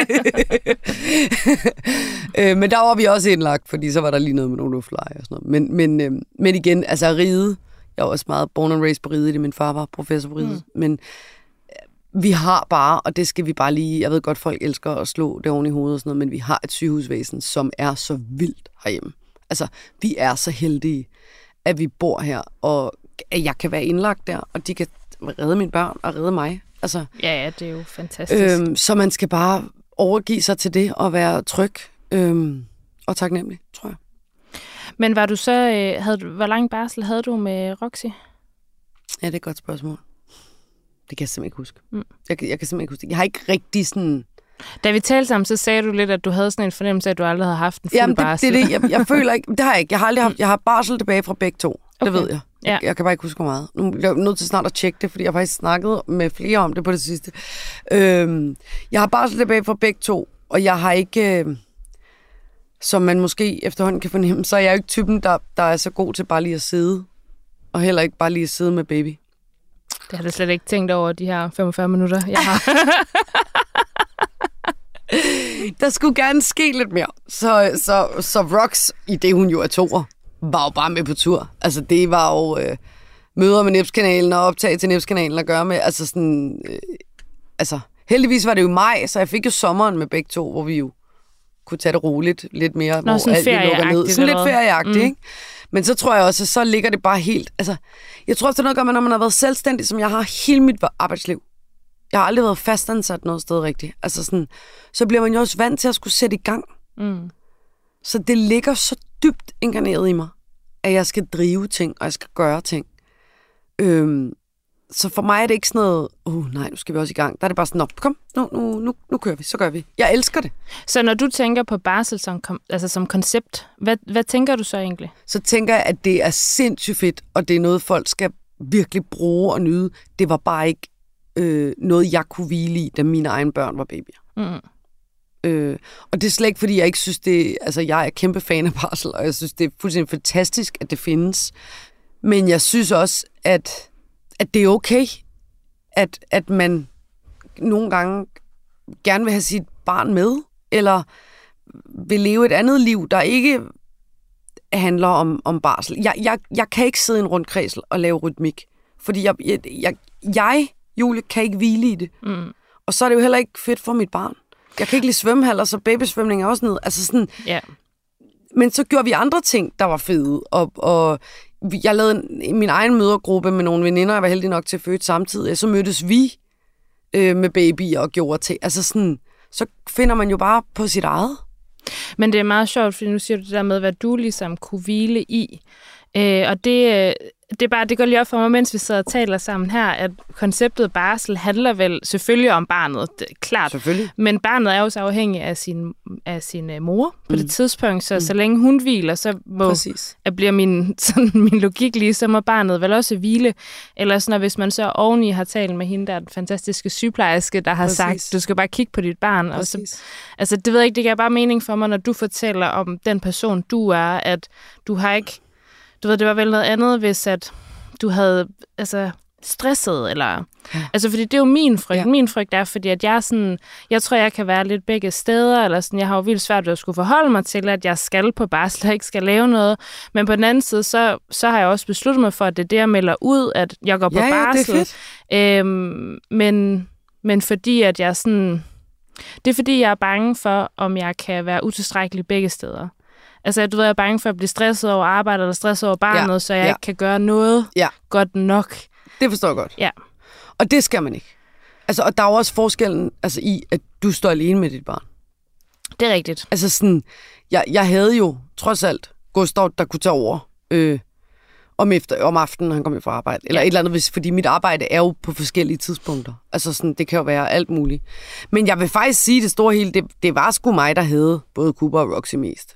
Men der var vi også indlagt, fordi så var der lige noget med nogle luftleje og sådan noget. Men igen, altså ride, jeg var også meget born and raised på ride, min far var professor på ride, men vi har bare, og det skal vi bare lige, jeg ved godt, folk elsker at slå det oven i hovedet og sådan noget, men vi har et sygehusvæsen, som er så vildt herhjemme. Altså, vi er så heldige, at vi bor her, og at jeg kan være indlagt der, og de kan redde mine børn og redde mig. Altså, ja, det er jo fantastisk. Så man skal bare overgive sig til det og være tryg og taknemmelig, tror jeg. Men var du så, hvor lang barsel havde du med Roxy? Ja, det er et godt spørgsmål. Det kan jeg simpelthen ikke huske. Jeg kan simpelthen ikke huske det. Jeg har ikke rigtig sådan... Da vi talte sammen, så sagde du lidt, at du havde sådan en fornemmelse af, at du aldrig havde haft en fuld barsel. Det er det. Jeg føler ikke... Det har jeg ikke. Jeg har aldrig haft... Jeg har barsel tilbage fra begge to. Okay. Det ved jeg. Ja. Jeg kan bare ikke huske, hvor meget. Nu er jeg nødt til snart at tjekke det, fordi jeg har faktisk snakket med flere om det på det sidste. Jeg har barsel tilbage fra begge to, og jeg har ikke... som man måske efterhånden kan fornemme, så er jeg jo ikke typen, der er så god til bare lige at sidde. Og heller ikke bare lige at sidde med baby. Det har jeg slet ikke tænkt over de her 45 minutter, jeg har. der skulle gerne ske lidt mere. Så Rox, i det hun jo er 2 år, var jo bare med på tur. Altså, det var jo møder med Nipskanalen og optag til Nipskanalen at gøre med. Altså, sådan... heldigvis var det jo maj, så jeg fik jo sommeren med begge 2, hvor vi jo kunne tage det roligt lidt mere, hvor alt lukker ned. Sådan lidt ferieagtigt, ikke? Men så tror jeg også, at så ligger det bare helt... Altså, jeg tror også, det er noget, når man har været selvstændig, som jeg har hele mit arbejdsliv. Jeg har aldrig været fastansat noget sted rigtigt. Altså sådan, så bliver man jo også vant til at skulle sætte i gang. Så det ligger så dybt inkarneret i mig, at jeg skal drive ting, og jeg skal gøre ting. Så for mig er det ikke sådan noget, nej, nu skal vi også i gang. Der er det bare sådan, kom, nu kører vi, så gør vi. Jeg elsker det. Så når du tænker på barsel som koncept, hvad tænker du så egentlig? Så tænker jeg, at det er sindssygt fedt, og det er noget, folk skal virkelig bruge og nyde. Det var bare ikke noget, jeg kunne hvile i, da mine egne børn var babyer. Og det er slet ikke, fordi jeg ikke synes det... Altså, jeg er kæmpe fan af barsel, og jeg synes, det er fuldstændig fantastisk, at det findes. Men jeg synes også, at det er okay, at man nogle gange gerne vil have sit barn med, eller vil leve et andet liv, der ikke handler om barsel. Jeg kan ikke sidde i en rundkreds og lave rytmik, fordi jeg Julie, kan ikke hvile i det. Og så er det jo heller ikke fedt for mit barn. Jeg kan ikke lide svømmehaller, så babysvømning er også ned. Altså sådan... Yeah. Men så gjorde vi andre ting, der var fede, og jeg lavede min egen mødergruppe med nogle veninder, jeg var heldig nok til at føde samtidig. Så mødtes vi med babyer og gjorde ting. Altså sådan, så finder man jo bare på sit eget. Men det er meget sjovt, fordi nu siger du det der med, hvad du ligesom kunne hvile i. Og det går lige op for mig, mens vi sidder og taler sammen her, at konceptet barsel handler vel selvfølgelig om barnet, klart. Selvfølgelig. Men barnet er jo så afhængig af sin mor på det tidspunkt, så længe hun hviler, så bliver min logik lige, så må barnet vel også hvile. Eller sådan, hvis man så oveni har talt med hende, der er den fantastiske sygeplejerske, der har sagt, du skal bare kigge på dit barn. Og så, altså, det ved jeg ikke, det giver bare mening for mig, når du fortæller om den person, du er, at du har ikke... Du ved, det var vel noget andet, hvis at du havde stresset, eller... Ja. Altså, fordi det er jo min frygt. Ja. Min frygt er, fordi at jeg tror, jeg kan være lidt begge steder, eller sådan, jeg har jo vildt svært ved at skulle forholde mig til, at jeg skal på barsel og ikke skal lave noget. Men på den anden side, så har jeg også besluttet mig for, at det er det, jeg melder ud, at jeg går på barsel. Det er fedt. Men fordi at jeg sådan... Det er fordi, jeg er bange for, om jeg kan være utilstrækkelig begge steder. Altså, du ved, jeg er bange for at blive stresset over arbejde, eller stresset over barnet, så jeg ikke kan gøre noget godt nok. Det forstår jeg godt. Ja. Og det skal man ikke. Altså, og der er jo også forskellen i, at du står alene med dit barn. Det er rigtigt. Altså sådan, jeg havde jo trods alt Gustav, der kunne tage over om aftenen, når han kom fra arbejde. Eller et eller andet, fordi mit arbejde er jo på forskellige tidspunkter. Altså sådan, det kan jo være alt muligt. Men jeg vil faktisk sige, det store hele, det var sgu mig, der havde både Cooper og Roxy mest.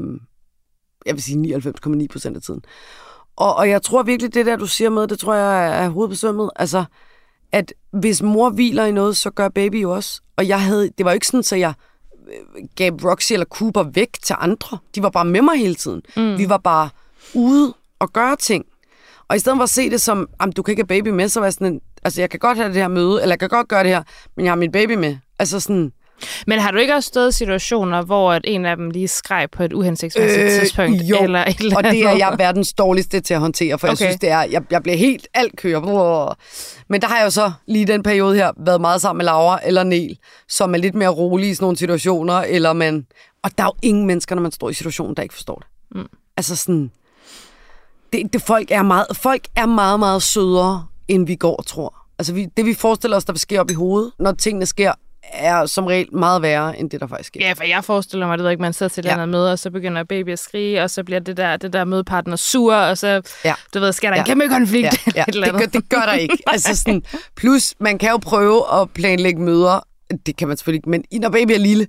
Jeg vil sige 99,9% af tiden. Og jeg tror virkelig, det der, du siger med, det tror jeg er hovedbesømmet. Altså, at hvis mor hviler i noget, så gør baby jo også. Og det var jo ikke sådan, at jeg gav Roxy eller Cooper væk til andre. De var bare med mig hele tiden. Vi var bare ude og gøre ting. Og i stedet for at se det som, du kan ikke have baby med, så var jeg sådan, altså jeg kan godt have det her møde, eller jeg kan godt gøre det her, men jeg har min baby med. Altså sådan... Men har du ikke også stået i situationer, hvor en af dem lige skreg på et uhensigtsmæssigt tidspunkt? Jo, eller et eller og det er jeg verdens dårligste til at håndtere, for jeg synes, det er, jeg bliver helt alt kører. Men der har jeg jo så lige i den periode her været meget sammen med Laura eller Niel, som er lidt mere rolige i sådan nogle situationer, og der er jo ingen mennesker, når man står i situationen, der ikke forstår det. Altså sådan... Folk er meget, meget sødere, end vi går og tror. Altså det vi forestiller os, der vil ske op i hovedet, når tingene sker, er som regel meget værre, end det, der faktisk sker. Ja, for jeg forestiller mig, det ved ikke, man sidder til et andet møde, og så begynder baby at skrige, og så bliver det der mødepartner sur, og så, du ved, sker der en kæmpe konflikt. Ja. Det gør der ikke. Altså sådan, plus, man kan jo prøve at planlægge møder, det kan man selvfølgelig ikke, men når baby er lille,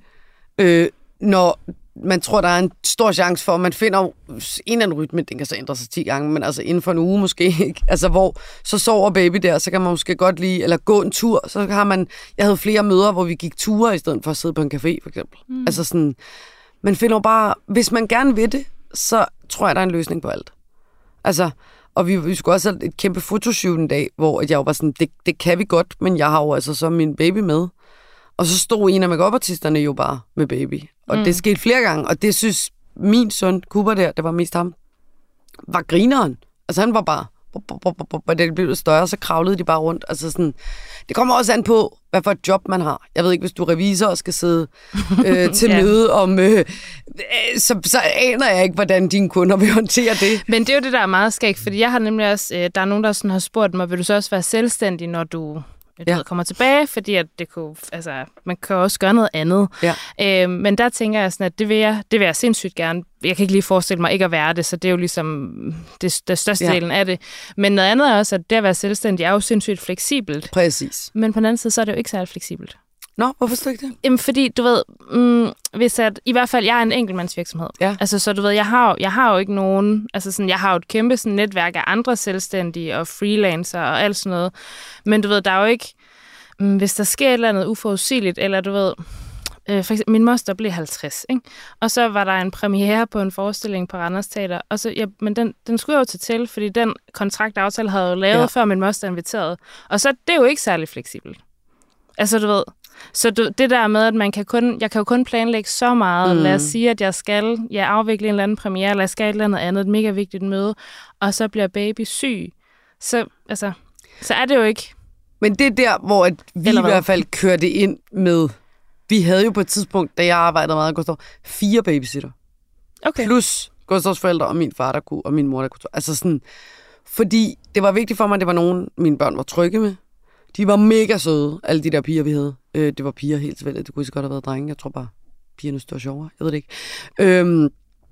når man tror, der er en stor chance for, at man finder en eller anden rytme, den kan så ændre sig 10 gange, men altså inden for en uge måske, ikke? Altså hvor så sover baby der, så kan man måske godt lige, eller gå en tur, så har man, jeg havde flere møder, hvor vi gik ture, i stedet for at sidde på en café, for eksempel. Altså sådan, man finder bare, hvis man gerne vil det, så tror jeg, der er en løsning på alt. Altså, og vi skulle også have et kæmpe fotoshoot en dag, hvor jeg jo var sådan, det kan vi godt, men jeg har jo altså så min baby med. Og så stod en af make-up-artisterne jo bare med baby. Og det skete flere gange, og det synes min søn, Cooper der, det var mest ham, var grineren. Altså han var bare, og det blev større, så kravlede de bare rundt. Altså sådan, det kommer også an på, hvad for et job man har. Jeg ved ikke, hvis du er revisor og skal sidde til møde om, så aner jeg ikke, hvordan dine kunder vil håndtere det. Men det er jo det, der er meget skægt, fordi jeg har nemlig også, der er nogen, der sådan har spurgt mig, vil du så også være selvstændig, når du kommer tilbage, fordi at det kunne, altså, man kan også gøre noget andet. Ja. Men der tænker jeg sådan, at det vil jeg sindssygt gerne. Jeg kan ikke lige forestille mig ikke at være det, så det er jo ligesom det største delen af det. Men noget andet er også, at det at være selvstændig er jo sindssygt fleksibelt. Præcis. Men på den anden side, så er det jo ikke særlig fleksibelt. Nå, hvorfor står ikke det? Jamen, fordi, du ved, hvis at, i hvert fald, jeg er en enkeltmandsvirksomhed. Ja. Altså, så du ved, jeg har jo ikke nogen, altså sådan, jeg har jo et kæmpe sådan, netværk af andre selvstændige og freelancer og alt sådan noget. Men du ved, der er jo ikke, hvis der sker et eller andet uforudsigeligt, eller du ved, for eksempel, min moster blev 50, ikke? Og så var der en premiere på en forestilling på Randers Teater, og så, men den skulle jeg jo til, fordi den kontraktaftale havde jeg jo lavet, før min moster inviterede. Og så det er jo ikke særlig fleksibelt. Altså, du ved, så det der med, at jeg kan jo kun planlægge så meget. Lad os sige, at jeg skal afvikle en eller anden premiere, eller jeg skal et eller andet, et mega vigtigt møde, og så bliver baby syg. Så er det jo ikke. Men det er der, hvor vi i hvert fald kørte ind med. Vi havde jo på et tidspunkt, da jeg arbejdede meget, Gustav, 4 babysitter. Okay. Plus Gustavs forældre og min far, der kunne, og min mor, der kunne. Altså sådan, fordi det var vigtigt for mig, at det var nogen, mine børn var trygge med. De var mega søde, alle de der piger, vi havde. Det var piger helt tilfældigt. Det kunne så godt have været drenge. Jeg tror bare, pigerne stod sjovere. Jeg ved det ikke.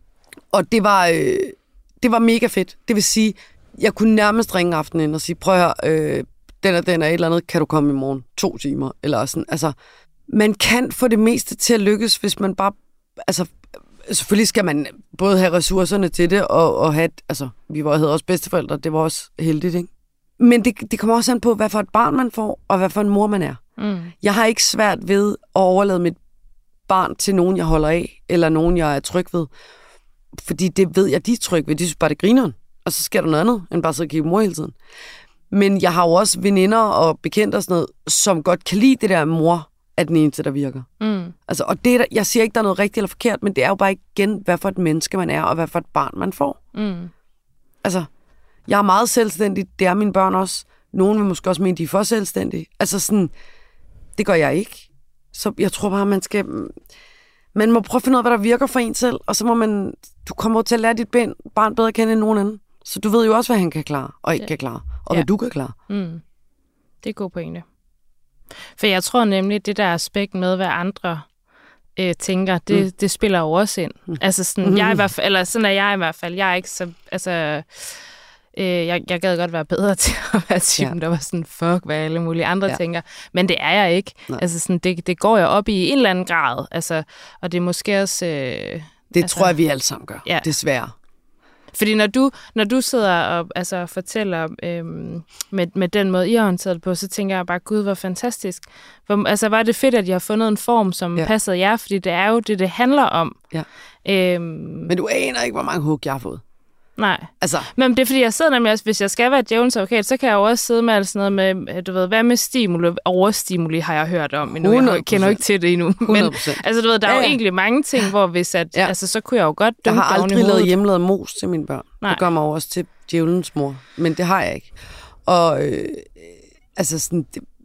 Og det var mega fedt. Det vil sige, jeg kunne nærmest ringe aftenen ind og sige, prøv at høre, den er et eller andet, kan du komme i morgen 2 timer? Eller sådan. Altså, man kan få det meste til at lykkes, hvis man bare... Altså, selvfølgelig skal man både have ressourcerne til det, og have... Altså, vi havde også bedsteforældre, det var også heldigt, ikke? Men det kommer også an på, hvad for et barn man får, og hvad for en mor man er. Jeg har ikke svært ved at overlade mit barn til nogen, jeg holder af, eller nogen, jeg er tryg ved. Fordi det ved jeg, de er tryg ved. De synes bare, det griner. Og så sker der noget andet, end bare sidde og kigge på mor hele tiden. Men jeg har jo også veninder og bekendte og sådan noget, som godt kan lide det der, mor er den eneste, der virker. Altså, og det, jeg siger ikke, der er noget rigtigt eller forkert, men det er jo bare igen, hvad for et menneske man er, og hvad for et barn man får. Altså... Jeg er meget selvstændig, det er mine børn også. Nogen vil måske også mene, de er for selvstændige. Altså sådan, det gør jeg ikke. Så jeg tror bare, man må prøve at finde ud af, hvad der virker for en selv, og så må du kommer til at lære dit barn bedre at kende end nogen anden. Så du ved jo også, hvad han kan klare, og ikke kan klare, og hvad du kan klare. Det er god pointe. For jeg tror nemlig, det der aspekt med, hvad andre tænker, det spiller jo også ind. Altså sådan, jeg i hvert fald, eller sådan er jeg i hvert fald. Jeg er ikke så, altså... Jeg gad godt være bedre til at være typen, der var sådan, fuck, hvad alle mulige andre tænker. Men det er jeg ikke. Nej. Altså sådan, det går jeg op i en eller anden grad. Altså, og det er måske også... det tror jeg, vi alle sammen gør, desværre. Fordi når du sidder og fortæller med den måde, I har håndteret det på, så tænker jeg bare, gud, hvor fantastisk. Hvor er det fedt, at I har fundet en form, som passede jer, fordi det er jo det handler om. Ja. Men du aner ikke, hvor mange hug jeg har fået. Nej, men det er fordi, jeg sidder nemlig også, hvis jeg skal være djævelens advokat, så kan jeg jo også sidde med sådan noget med, du ved, hvad med stimuli? Overstimuli har jeg hørt om endnu. 100%. Jeg kender ikke til det endnu. Men, altså, du ved, der er jo egentlig mange ting, hvor hvis at, altså, så kunne jeg jo godt dunke. Jeg har aldrig lavet hjemmelavet mos til mine børn. Nej. Det gør mig også til djævelens mor, men det har jeg ikke. Og altså sådan,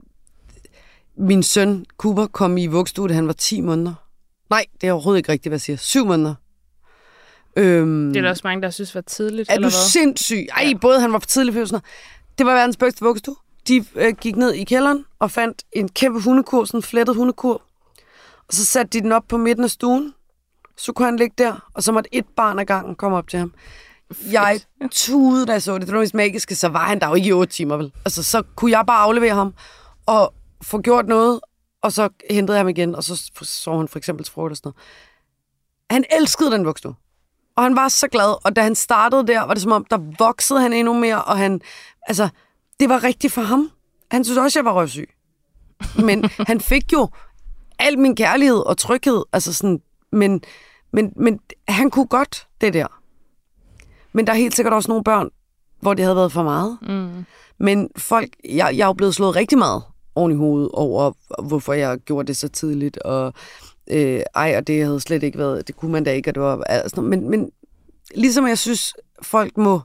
min søn Cooper kom i vuggestue, da han var 10 måneder. Nej, det er overhovedet ikke rigtigt, hvad jeg siger. 7 måneder. Det er der også mange, der synes var tidligt. Er du sindssyg? Ej, både han var for tidlig for sådan noget. Det var verdens bedste vuggestue. De gik ned i kælderen og fandt en kæmpe hundekur, sådan en flettet hundekur. Og så satte de den op på midten af stuen. Så kunne han ligge der, og så måtte et barn ad gangen komme op til ham. Fedt. Jeg tudede, da jeg så det. Det var mest magiske, så var han der jo ikke i 8 timer, vel? Altså, så kunne jeg bare aflevere ham og få gjort noget, og så hentede jeg ham igen, og så han for eksempel sprog eller sådan noget. Han elskede den vuggestue. Og han var så glad, og da han startede der, var det som om, der voksede han endnu mere, og det var rigtigt for ham. Han synes også, jeg var røvsyg. Men han fik jo al min kærlighed og tryghed, altså sådan, men han kunne godt det der. Men der er helt sikkert også nogle børn, hvor det havde været for meget. Men folk, jeg er jo blevet slået rigtig meget oven i hovedet over, hvorfor jeg gjorde det så tidligt, og og det havde slet ikke været, det kunne man da ikke, og det var altså, men ligesom jeg synes, folk må,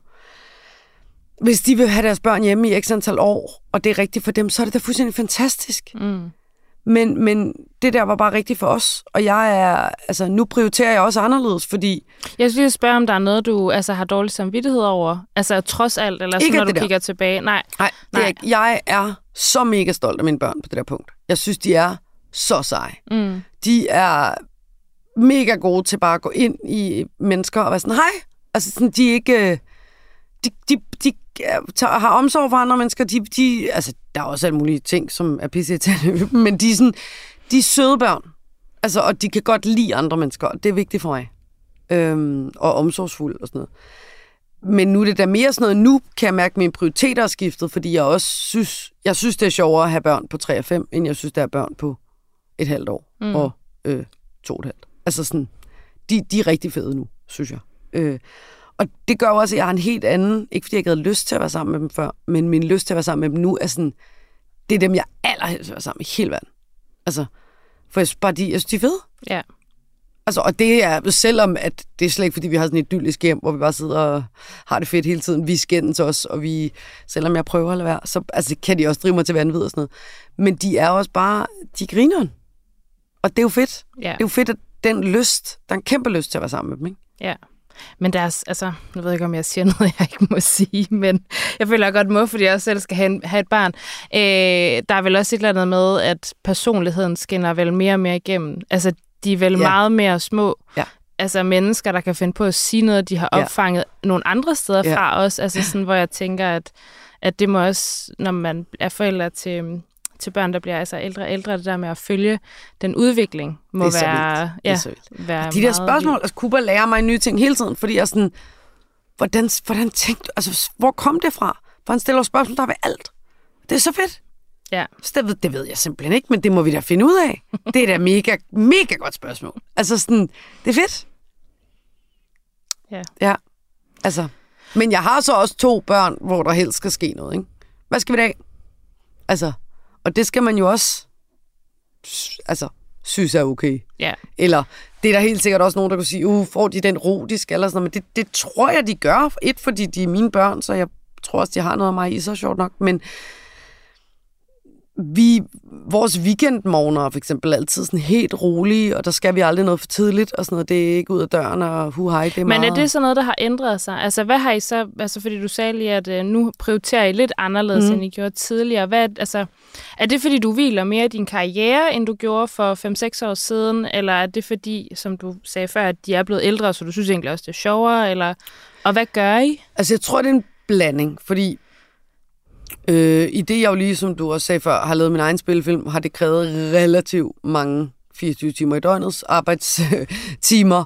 hvis de vil have deres børn hjemme i x antal år, og det er rigtigt for dem, så er det da fuldstændig fantastisk. Men det der var bare rigtigt for os, og nu prioriterer jeg også anderledes, fordi... Jeg skulle lige spørge, om der er noget, du har dårlig samvittighed over, trods alt, eller sådan, når du kigger tilbage. Nej, det er ikke. Jeg er så mega stolt af mine børn på det der punkt. Jeg synes, de er så seje. De er mega gode til bare at gå ind i mennesker og være sådan, hej! Altså sådan, de er ikke... De har omsorg for andre mennesker. Altså, der er også alle mulige ting, som er pisseirriterende, men de er søde børn. Altså, og de kan godt lide andre mennesker, og det er vigtigt for mig. Og omsorgsfuld og sådan noget. Men nu er det da mere sådan noget, nu kan jeg mærke, at mine prioriteter er skiftet, fordi jeg også synes, det er sjovere at have børn på 3 og 5, end jeg synes, det er børn på 1,5 år og 2,5. Altså sådan, de er rigtig fede nu, synes jeg. Og det gør også, at jeg har en helt anden, ikke fordi jeg ikke havde lyst til at være sammen med dem før, men min lyst til at være sammen med dem nu er sådan, det er dem, jeg allerhelst vil være sammen med i hele verden. Altså, for jeg synes, de er fede. Ja. Altså, og det er, selvom at det er slet ikke, fordi vi har sådan et idyllisk hjem, hvor vi bare sidder og har det fedt hele tiden, vi skændes os, og selvom jeg prøver at lade være, så kan de også drive mig til vanvid og sådan noget. Men de er også bare, de griner. Og det er jo fedt. Ja. Det er jo fedt, at den lyst, der er en kæmpe lyst til at være sammen med dem, ikke? Ja. Men deres, nu ved jeg ikke, om jeg siger noget, jeg ikke må sige, men jeg føler, jeg godt må, fordi jeg også selv skal have et barn. Der er vel også et eller andet med, at personligheden skinner vel mere og mere igennem. Altså, de er vel meget mere små. Ja. Altså, mennesker, der kan finde på at sige noget, de har opfanget nogle andre steder fra os. Altså, sådan, hvor jeg tænker, at det må også, når man er forældre til børn, der bliver ældre og ældre, det der med at følge den udvikling, må være de der spørgsmål, altså Cooper lærer mig nye ting hele tiden, fordi jeg er sådan, hvordan tænkte du, altså hvor kom det fra? For han stiller spørgsmål, der er ved alt. Det er så fedt. Ja. Så det ved jeg simpelthen ikke, men det må vi da finde ud af. Det er da mega, mega godt spørgsmål. Altså sådan, det er fedt. Ja. Altså, men jeg har så også 2 børn, hvor der helst skal ske noget, ikke? Hvad skal vi da? Altså, og det skal man jo også synes er okay. Ja. Eller det er der helt sikkert også nogen, der kan sige, får de den ro, de skal, eller sådan noget. Men det tror jeg, de gør. Fordi de er mine børn, så jeg tror også, de har noget af mig i sig, sjovt nok. Men vores weekendmorgener er for eksempel altid sådan helt rolige, og der skal vi aldrig noget for tidligt, og sådan noget. Det er ikke ud af døren, og hej, det er meget... Men er det sådan noget, der har ændret sig? Altså, hvad har I så... Altså, fordi du sagde lige, at nu prioriterer I lidt anderledes, end I gjorde tidligere. Er det, fordi du hviler mere i din karriere, end du gjorde for 5-6 år siden? Eller er det fordi, som du sagde før, at de er blevet ældre, så du synes egentlig også, det er sjovere? Eller... Og hvad gør I? Altså, jeg tror, det er en blanding, fordi... I det, jeg jo lige, som du også sagde før, har lavet min egen spillefilm, har det krævet relativt mange 24 timer i døgnets arbejdstimer.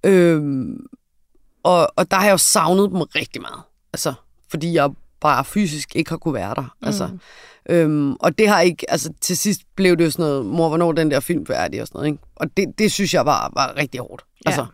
Og der har jeg jo savnet dem rigtig meget. Altså, fordi jeg bare fysisk ikke har kunne være der. Altså, og det har ikke, altså til sidst blev det jo sådan noget, mor, hvornår den der film færdig og sådan noget, ikke? Og det synes jeg var rigtig hårdt. Ja. Altså,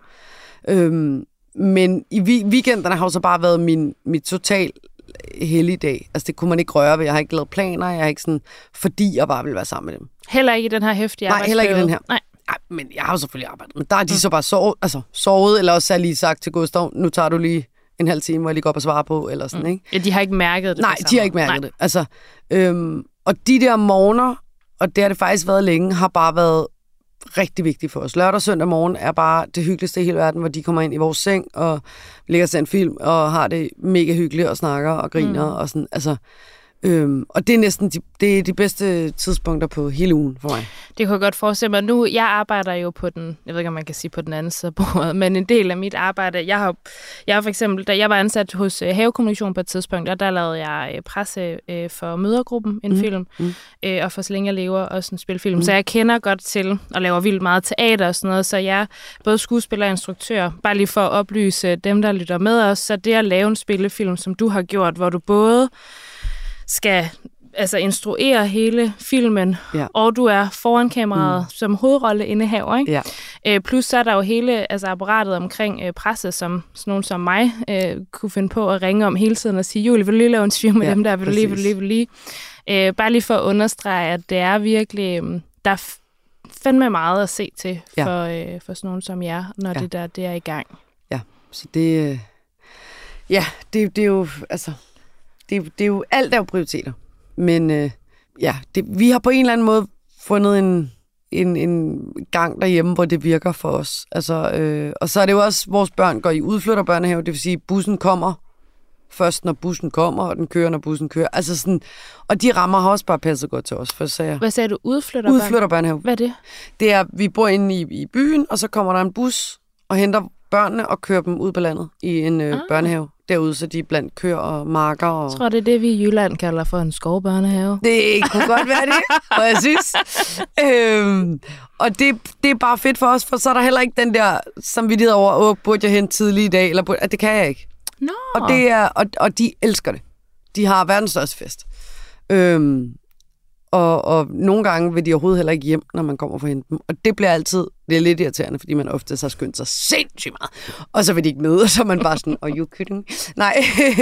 men i weekenderne har jo så bare været mit total helligdag. Altså, det kunne man ikke røre ved. Jeg har ikke lavet planer. Jeg har ikke sådan, fordi jeg bare vil være sammen med dem. Heller ikke i den her hæftige arbejdsperiode? Nej, heller ikke i den her. Nej, men jeg har jo selvfølgelig arbejdet. Men der er de så bare sovet, eller også har lige sagt til Gustav, nu tager du lige en halv time, hvor jeg lige går op og svarer på, eller sådan, ikke? Ja, de har ikke mærket det. Nej, de har ikke mærket det. Altså, og de der morgener, og det har det faktisk været længe, har bare været rigtig vigtigt for os. Lørdag og søndag morgen er bare det hyggeligste i hele verden, hvor de kommer ind i vores seng og lægger sig en film og har det mega hyggeligt og snakker og griner og sådan. Altså, og det er næsten de bedste tidspunkter på hele ugen for mig. Det kunne jeg godt forestille mig. Nu, jeg arbejder jo på den, jeg ved ikke, om man kan sige på den anden side af bordet, men en del af mit arbejde, jeg har for eksempel, da jeg var ansat hos Havekommunikation på et tidspunkt, og der lavede jeg presse for Mødergruppen, en film, og for Så længe jeg lever, også en spilfilm. Så jeg kender godt til, og laver vildt meget teater og sådan noget, så jeg er både skuespiller og instruktør, bare lige for at oplyse dem, der lytter med os, så det at lave en spillefilm, som du har gjort, hvor du både skal instruere hele filmen, og du er foran kameraet som hovedrolleindehaver, ikke? Ja. Plus så er der jo hele apparatet omkring presse, som sådan nogen som mig kunne finde på at ringe om hele tiden og sige, Julie, vil du lige lave en stream med dem der? Vil du lige? Bare lige for at understrege, at det er virkelig... der er fandme meget at se til for sådan nogen som jer, når det er i gang. Ja, så det... det er jo... Altså, det er jo... Alt er jo prioriteter. Men vi har på en eller anden måde fundet en gang derhjemme, hvor det virker for os. Altså, og så er det jo også, vores børn går i udflytterbørnehave, det vil sige, bussen kommer først, når bussen kommer, og den kører, når bussen kører. Altså sådan, og de rammer har også bare passet godt til os. Hvad sagde du? Udflytterbørnehave? Hvad er det? Det er, vi bor inde i byen, og så kommer der en bus og henter børnene og kører dem ud på landet i en børnehave. Derude, så de er blandt køer og marker. Og... Jeg tror, det er det, vi i Jylland kalder for en skovbørnehave. Det kunne godt være det, og jeg synes. Og det er bare fedt for os, for så er der heller ikke den der samvittighed over, burde jeg hen tidlig i dag, eller det kan jeg ikke. No. Og de elsker det. De har verdens største fest. Og nogle gange vil de overhovedet heller ikke hjem, når man kommer for at hente dem. Og det er lidt irriterende, fordi man ofte har skyndt sig sindssygt meget. Og så vil de ikke med, og så er man bare sådan, are you kidding? Nej,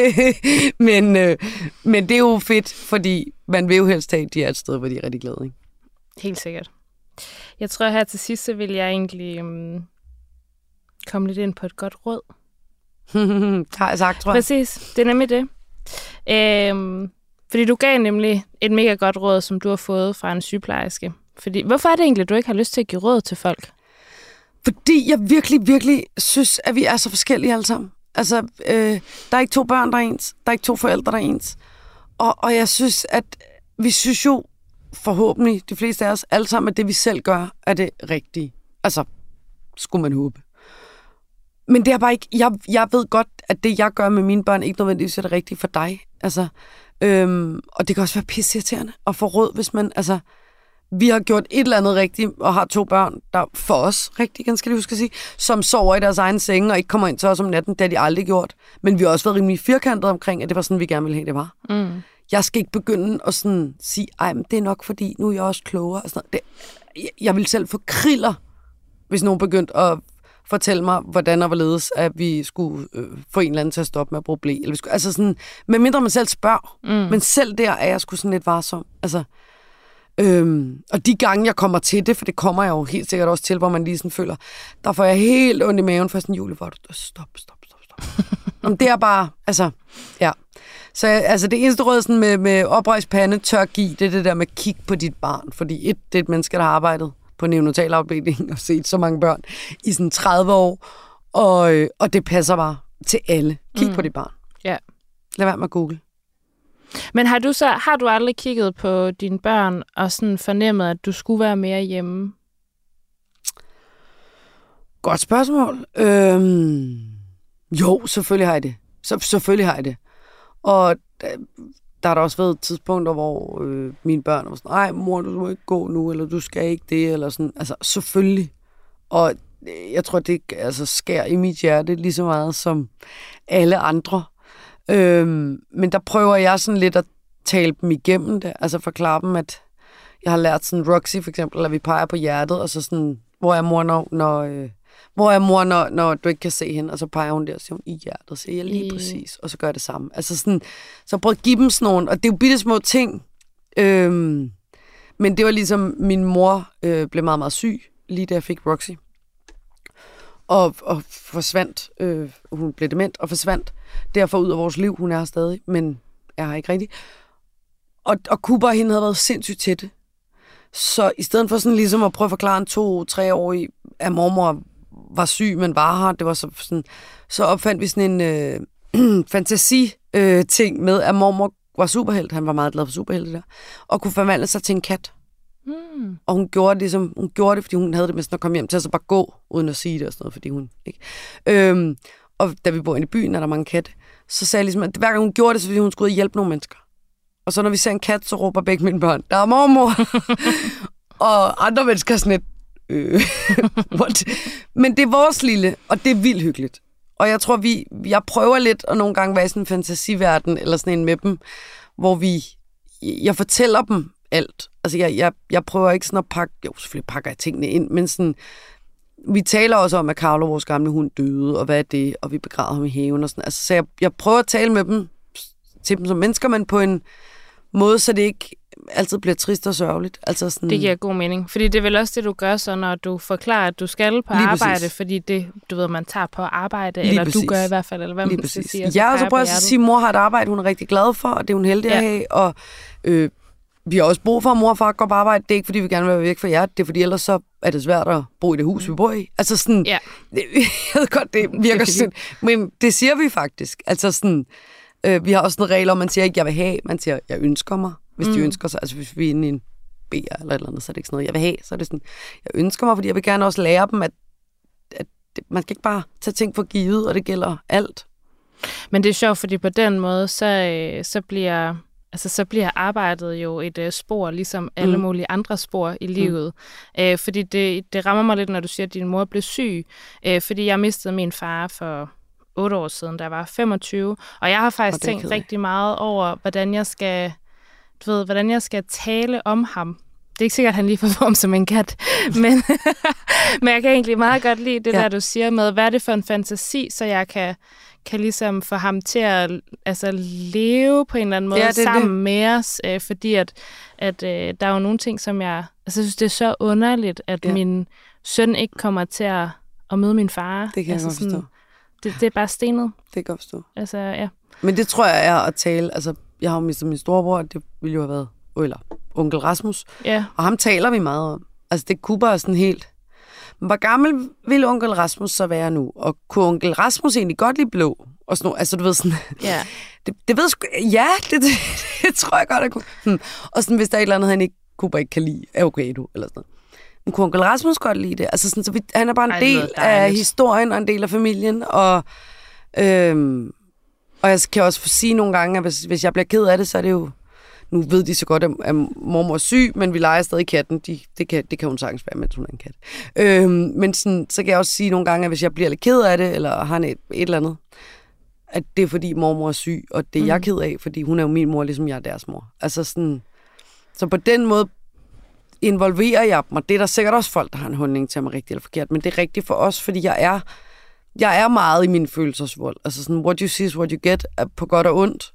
men det er jo fedt, fordi man vil jo helst have, at de er et sted, hvor de er rigtig glade. Ikke? Helt sikkert. Jeg tror her til sidst, så vil jeg egentlig komme lidt ind på et godt råd. Har jeg sagt, tror jeg. Præcis, det er nemlig det. Fordi du gav nemlig et mega godt råd, som du har fået fra en sygeplejerske. Hvorfor er det egentlig, at du ikke har lyst til at give råd til folk? Fordi jeg virkelig, virkelig synes, at vi er så forskellige alle sammen. Altså, der er ikke 2 børn, der er ens. Der er ikke 2 forældre, der er ens. Og jeg synes, at vi synes jo forhåbentlig, de fleste af os, alle sammen, at det vi selv gør, er det rigtige. Altså, skulle man håbe. Men det er bare ikke... Jeg ved godt, at det, jeg gør med mine børn, ikke nødvendigvis er det rigtige for dig. Altså... og det kan også være pisseirriterende at få råd, hvis man, altså, vi har gjort et eller andet rigtigt, og har 2 børn, der for os rigtig, ganske lige huske at sige, som sover i deres egen senge, og ikke kommer ind til os om natten, det har de aldrig gjort. Men vi har også været rimelig firkantet omkring, at det var sådan, vi gerne ville have, det var. Mm. Jeg skal ikke begynde at sådan sige, men det er nok fordi, nu er jeg også klogere. Og sådan noget. Jeg vil selv få kriller, hvis nogen begyndte at fortælle mig, hvordan og hvorledes, at vi skulle få en eller anden til at stoppe med at bruge blæ. Altså sådan, medmindre man selv spørger. Men selv der er jeg sgu sådan lidt varsom. Altså, og de gange, jeg kommer til det, for det kommer jeg jo helt sikkert også til, hvor man lige sådan føler, der får jeg helt ondt i maven for sådan, Julie, hvor du stop. Om det er bare, altså, ja. Så altså, det eneste råd sådan med oprejst pande tør give, det er det der med at kigge på dit barn. Fordi det er et menneske, der har arbejdet på neonatalafdelingen og set så mange børn i sådan 30 år. Og det passer bare til alle. Kig på dit barn. Ja. Lad være med at google. Men har du aldrig kigget på dine børn og sådan fornemmet, at du skulle være mere hjemme? Godt spørgsmål. Jo, selvfølgelig har jeg det. Selvfølgelig har jeg det. Og der har der også været tidspunkter, hvor mine børn var sådan, nej mor, du må ikke gå nu, eller du skal ikke det, eller sådan. Altså, selvfølgelig. Og jeg tror, det altså, skær i mit hjerte lige så meget som alle andre. Men der prøver jeg sådan lidt at tale dem igennem det. Altså forklare dem, at jeg har lært sådan Roxy for eksempel, at vi peger på hjertet, og så sådan, hvor er mor, når du ikke kan se hende? Og så peger hun der, og siger hun, i hjertet. Så jeg lige præcis. Og så gør jeg det samme. Altså sådan, så prøv at give dem sådan nogle, og det er jo bitte små ting. Men det var ligesom, min mor blev meget, meget syg, lige da jeg fik Roxy. Og forsvandt. Hun blev dement og forsvandt derfor ud af vores liv. Hun er her stadig, men er her ikke rigtig. Og Cooper og hende havde været sindssygt tætte. Så i stedet for sådan ligesom at prøve at forklare en 2-3 årig, at mormor var syg, men var her, det var sådan, så opfandt vi sådan en fantasi-ting med, at mormor var superhelt. Han var meget glad for superhelte der. Og kunne forvandle sig til en kat. Og hun gjorde det, fordi hun havde det med sådan at komme hjem til at så bare gå, uden at sige det og sådan noget, fordi hun ikke. Og da vi bor inde i byen, er der mange katte, så sagde jeg ligesom, at hver gang hun gjorde det, så fordi hun skulle ud og hjælpe nogle mennesker. Og så når vi ser en kat, så råber begge mine børn, der er mormor! Og andre mennesker sådan lidt, men det er vores lille, og det er vildt hyggeligt. Og jeg tror, jeg prøver lidt at nogle gange være i sådan en fantasiverden, eller sådan en med dem, hvor jeg fortæller dem alt. Altså, jeg prøver ikke sådan at pakke... Jo, selvfølgelig pakker jeg tingene ind, men sådan... Vi taler også om, at Carlo, vores gamle hund, døde, og hvad er det? Og vi begravede ham i haven og sådan. Altså, så jeg prøver at tale med dem, til dem som mennesker, men måde, så det ikke altid bliver trist og sørgeligt. Altså sådan, Det giver god mening. Fordi det er vel også det, du gør så, når du forklarer, at du skal på Lige arbejde, præcis. fordi det, du ved, man tager på arbejde, Lige eller præcis. du gør i hvert fald, eller hvad Lige man skal præcis. sige. Ja, og så prøver jeg at sige, at mor har et arbejde, hun er rigtig glad for, og det er hun heldig at have, og vi har også brug for, at mor og far går på arbejde. Det er ikke, fordi vi gerne vil være væk fra jer, det er, fordi ellers så er det svært at bo i det hus, vi bor i. Altså sådan, Ja. jeg ved godt, det virker sådan, men det siger vi faktisk. Altså sådan, vi har også en regel om, man siger ikke, jeg vil have, man siger, jeg ønsker mig, hvis de ønsker sig. Altså hvis vi er inde i en BR eller et eller andet, så er det ikke sådan noget, jeg vil have, så er det sådan, jeg ønsker mig, fordi jeg vil gerne også lære dem, at man skal ikke bare tage ting for givet, og det gælder alt. Men det er sjovt, fordi på den måde, så bliver arbejdet jo et spor, ligesom alle mulige andre spor i livet. Fordi det rammer mig lidt, når du siger, at din mor blev syg. Fordi jeg mistede min far for 8 år siden, da jeg var 25. Og jeg har faktisk tænkt rigtig meget over, hvordan jeg skal tale om ham. Det er ikke sikkert, at han lige får form som en kat, men jeg kan egentlig meget godt lide det der, du siger med, hvad er det for en fantasi, så jeg kan ligesom få ham til at leve på en eller anden måde sammen med os, fordi at der er jo nogle ting, som jeg synes, det er så underligt, at min søn ikke kommer til at møde min far. Det kan jeg godt forstå. Det er bare stenet. Det kan jeg godt forstå. Altså, ja. Men det tror jeg er at tale, altså jeg har jo mistet min storebror, det ville jo have været, eller onkel Rasmus, og ham taler vi meget om. Altså det kunne bare sådan helt. Men hvor gammel ville onkel Rasmus så være nu? Og kunne onkel Rasmus egentlig godt lide blå? Og sådan noget, altså du ved sådan, det ved sgu, det tror jeg godt, jeg kunne. Og sådan, hvis der er et eller andet, han ikke kan lide, avocado eller sådan noget. Men kunne onkel Rasmus godt lide det? Altså sådan, så han er bare en del af historien og en del af familien, og jeg kan også sige nogle gange, at hvis jeg bliver ked af det, så er det jo, nu ved de så godt, at mormor er syg, men vi leger stadig katten. Det kan hun sagtens være, mens hun er en kat. Men sådan, så kan jeg også sige nogle gange, at hvis jeg bliver lidt ked af det, eller har et eller andet, at det er fordi mormor er syg, og det er jeg ked af, fordi hun er jo min mor, ligesom jeg er deres mor. Altså sådan, så på den måde involverer jeg dem, og det er der sikkert også folk, der har en holdning til mig rigtigt eller forkert, men det er rigtigt for os, fordi jeg er meget i min følelsesvold. Altså sådan, what you see is what you get, på godt og ondt.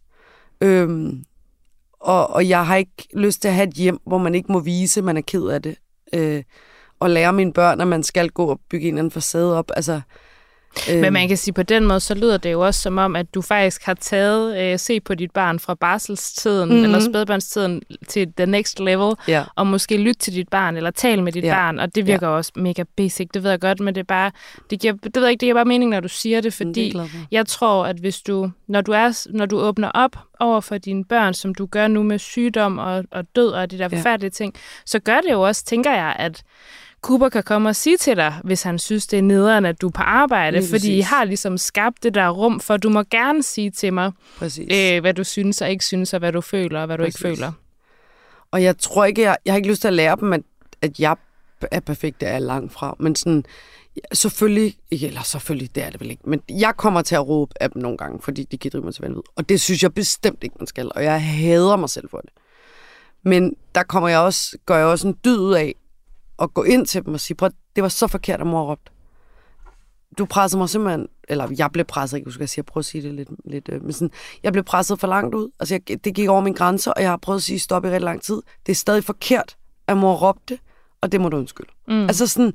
Og jeg har ikke lyst til at have et hjem, hvor man ikke må vise, at man er ked af det. Og lære mine børn, at man skal gå og bygge en eller anden facade op. Altså, men man kan sige, på den måde, så lyder det jo også som om, at du faktisk har taget se på dit barn fra barselstiden, eller spædbørnstiden til the next level, og måske lytte til dit barn, eller tale med dit barn, og det virker også mega basic, det ved jeg godt, men det er bare, det giver bare mening, når du siger det, fordi jeg tror, at hvis du, når du åbner op over for dine børn, som du gør nu med sygdom og død og de der forfærdelige ting, så gør det jo også, tænker jeg, at Cooper kan komme og sige til dig, hvis han synes, det er nederen, at du er på arbejde, fordi I har ligesom skabt det der rum, for du må gerne sige til mig, hvad du synes og ikke synes, og hvad du føler og hvad du ikke føler. Og jeg tror ikke, jeg har ikke lyst til at lære dem, at jeg er perfekt, det er jeg langt fra, men sådan, selvfølgelig, det er det vel ikke, men jeg kommer til at råbe af dem nogle gange, fordi de kan drive mig til vanvid, og det synes jeg bestemt ikke, man skal, og jeg hader mig selv for det. Men der gør jeg også en dyd ud af, og gå ind til dem og sige, prøv, det var så forkert, at mor råbte. Du pressede mig simpelthen, eller jeg blev presset, ikke, jeg prøve at sige det lidt men sådan, jeg blev presset for langt ud. Altså, det gik over mine grænser, og jeg har prøvet at sige stop i rigtig lang tid. Det er stadig forkert, at mor råbte, og det må du undskylde. Altså sådan,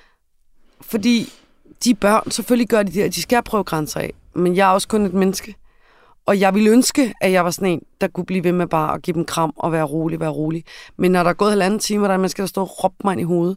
fordi de børn, selvfølgelig gør de det, at de skal prøve grænser af, men jeg er også kun et menneske. Og jeg ville ønske, at jeg var sådan en, der kunne blive ved med bare at give dem kram og være rolig. Men når der er gået 1,5 time, og der er mennesker, der står og råber mig ind i hovedet,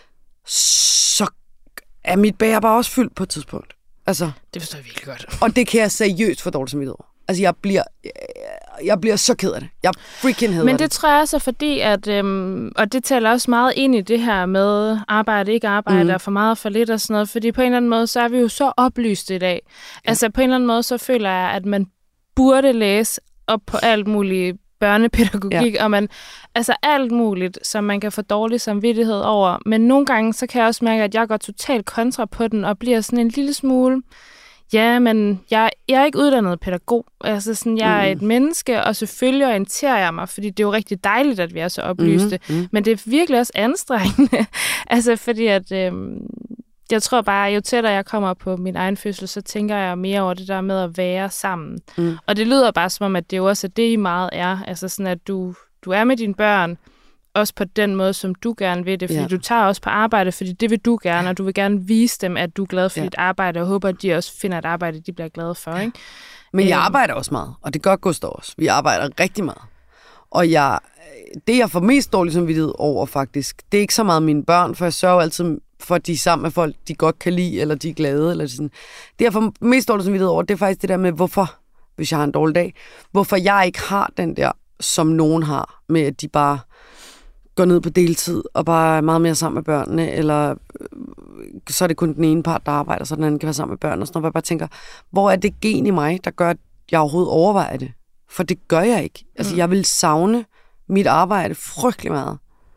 så er mit bæger bare også fyldt på et tidspunkt. Altså, det forstår jeg virkelig godt. Og det kan jeg seriøst få dårligt samvittighed over. Altså, jeg bliver så ked af det. Jeg freaking hader det. Men det tror jeg også er fordi, at, og det taler også meget ind i det her med arbejde, ikke arbejde, og for meget og for lidt og sådan noget. Fordi på en eller anden måde, så er vi jo så oplyste i dag. Ja. Altså, på en eller anden måde, så føler jeg, at man burde læse op på alt muligt børnepædagogik, og altså alt muligt, som man kan få dårlig samvittighed over. Men nogle gange, så kan jeg også mærke, at jeg går totalt kontra på den, og bliver sådan en lille smule, men jeg er ikke uddannet pædagog. Altså sådan, jeg er et menneske, og selvfølgelig orienterer jeg mig, fordi det er jo rigtig dejligt, at vi er så oplyste. Men det er virkelig også anstrengende. Altså fordi at Jeg tror bare, jo tættere jeg kommer på min egen fødsel, så tænker jeg mere over det der med at være sammen. Og det lyder bare som om, at det jo også er det, I meget er. Altså sådan, at du er med dine børn, også på den måde, som du gerne vil det. Fordi du tager også på arbejde, fordi det vil du gerne, og du vil gerne vise dem, at du er glad for dit arbejde, og håber, at de også finder et arbejde, de bliver glade for. Ikke? Men jeg arbejder også meget, og det gør Gustav også. Vi arbejder rigtig meget. Og det, jeg får mest dårlig samvittighed over, faktisk, det er ikke så meget mine børn, for jeg sørger altid for, at de er sammen med folk, de godt kan lide, eller de er glade. Eller sådan. Det, jeg får mest dårlig samvittighed over, det er faktisk det der med, hvorfor, hvis jeg har en dårlig dag, hvorfor jeg ikke har den der, som nogen har, med at de bare går ned på deltid, og bare er meget mere sammen med børnene, eller så er det kun den ene part, der arbejder, så den anden kan være sammen med børnene, og sådan noget, hvor jeg bare tænker, hvor er det gen i mig, der gør, at jeg overhovedet overvejer det? For det gør jeg ikke. Altså, jeg vil savne mit arbejde frygtelig meget.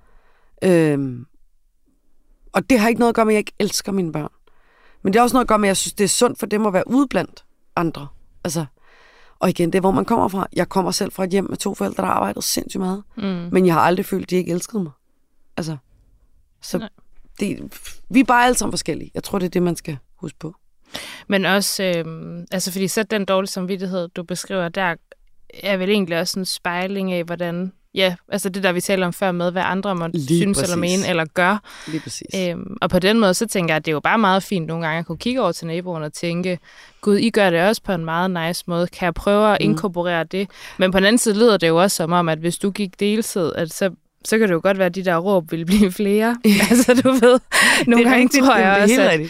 Og det har ikke noget at gøre med, at jeg ikke elsker mine børn. Men det har også noget at gøre med, at jeg synes, det er sundt for dem at være ude blandt andre. Altså, og igen, det er, hvor man kommer fra. Jeg kommer selv fra et hjem med 2 forældre, der arbejder sindssygt meget. Men jeg har aldrig følt, at de ikke elskede mig. Altså, så vi er bare alle sammen forskellige. Jeg tror, det er det, man skal huske på. Men også, altså fordi så den dårlige samvittighed, du beskriver, der er vel egentlig også en spejling af, hvordan, altså det der, vi taler om før med, hvad andre må synes eller mene eller gør. Lige præcis. Og på den måde, så tænker jeg, at det er jo bare meget fint nogle gange at kunne kigge over til naboerne og tænke, gud, I gør det også på en meget nice måde. Kan jeg prøve at inkorporere det? Men på den anden side lyder det jo også som om, at hvis du gik deltid, at så kan det jo godt være, at de der råb ville blive flere. Altså, du ved, nogle gange rigtigt, tror jeg også,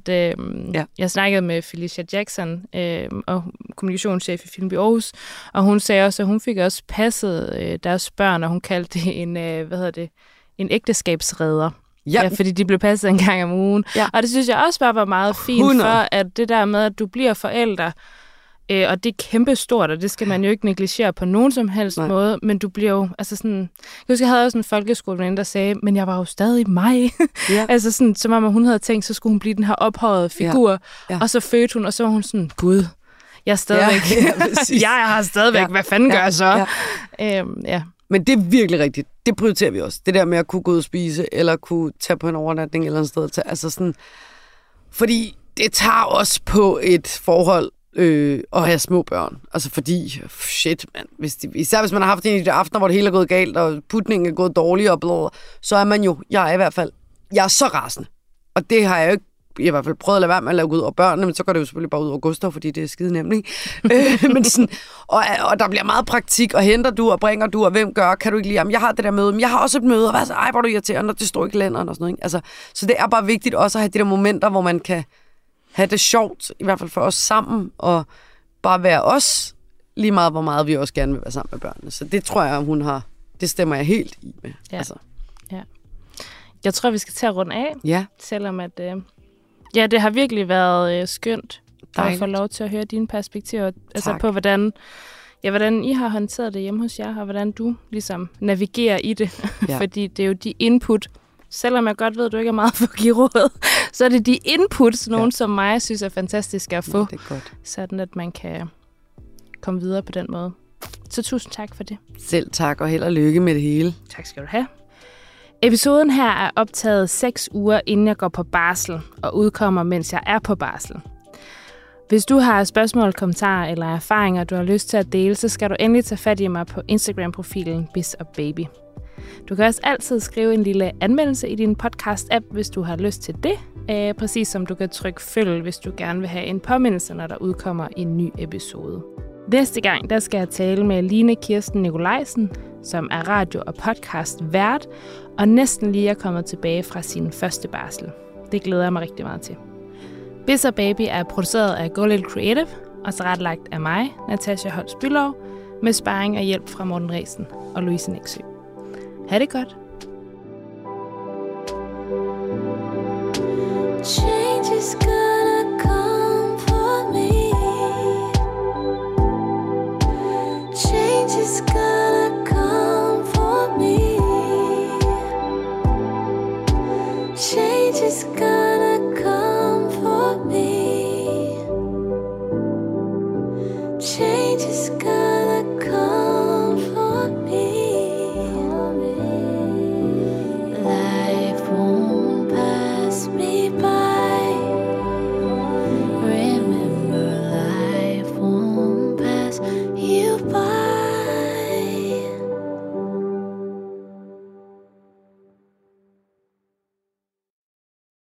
at jeg snakkede med Felicia Jackson, og kommunikationschef i Filmby Aarhus, og hun sagde også, at hun fik også passet deres børn, og hun kaldte det en ægteskabsredder. Ja, fordi de blev passet en gang om ugen. Ja. Og det synes jeg også bare var meget fint 100. For, at det der med, at du bliver forældre, og det er kæmpestort, og det skal man jo ikke negligere på nogen som helst måde, men du bliver jo, altså sådan, jeg husker, jeg havde også en folkeskoleveninde, der sagde, men jeg var jo stadig mig. Ja. Altså sådan, som om hun havde tænkt, så skulle hun blive den her ophøjede figur, og så fødte hun, og så var hun sådan, gud, jeg er stadigvæk, jeg har stadigvæk, hvad fanden gør jeg så? Ja. Men det er virkelig rigtigt. Det prioriterer vi også. Det der med at kunne gå ud og spise, eller kunne tage på en overnatning eller et sted. Altså sådan, fordi det tager også på et forhold, at have små børn. Altså fordi, shit, man. Især hvis man har haft en af de aftener, hvor det hele er gået galt, og putningen er gået dårligt, og blå, så er man jo, jeg er så rasende. Og det har jeg jo ikke, i hvert fald prøvet at lade være med at lave ud over børnene, men så går det jo selvfølgelig bare ud over Gustav, fordi det er skide nemt, ikke? Men sådan, og der bliver meget praktik, og henter du, og bringer du, og hvem gør, kan du ikke lide? Jamen, jeg har det der møde, men jeg har også et møde, og hvad så? Ej, hvor er du irriterende, og det står ikke lænderen, og sådan noget, ikke? Altså, så det er bare vigtigt også at have de der momenter, hvor man kan have det sjovt, i hvert fald for os sammen, og bare være os, lige meget, hvor meget vi også gerne vil være sammen med børnene. Så det tror jeg, hun har, det stemmer jeg helt i med. Ja. Altså. Ja. Jeg tror, vi skal til at runde af, selvom at, det har virkelig været skønt at få lov til at høre dine perspektiver, altså på hvordan I har håndteret det hjemme hos jer, og hvordan du ligesom navigerer i det, fordi det er jo de input, selvom jeg godt ved, at du ikke er meget for at give råd, så er det de inputs, nogen som mig synes er fantastiske at få, det er godt. Sådan at man kan komme videre på den måde. Så tusind tak for det. Selv tak, og held og lykke med det hele. Tak skal du have. Episoden her er optaget 6 uger, inden jeg går på barsel, og udkommer, mens jeg er på barsel. Hvis du har spørgsmål, kommentarer eller erfaringer, du har lyst til at dele, så skal du endelig tage fat i mig på Instagram-profilen BizOfBaby. Du kan også altid skrive en lille anmeldelse i din podcast-app, hvis du har lyst til det. Præcis som du kan trykke følg, hvis du gerne vil have en påmindelse, når der udkommer en ny episode. Næste gang, der skal jeg tale med Line Kirsten Nikolajsen, som er radio- og podcast-vært, og næsten lige er kommet tilbage fra sin første barsel. Det glæder jeg mig rigtig meget til. BizOfBaby er produceret af Go Little Creative, og tilrettelagt af mig, Natasha Holst Bylov, med sparring og hjælp fra Morten Resen og Louise Nexø. Ha' det godt!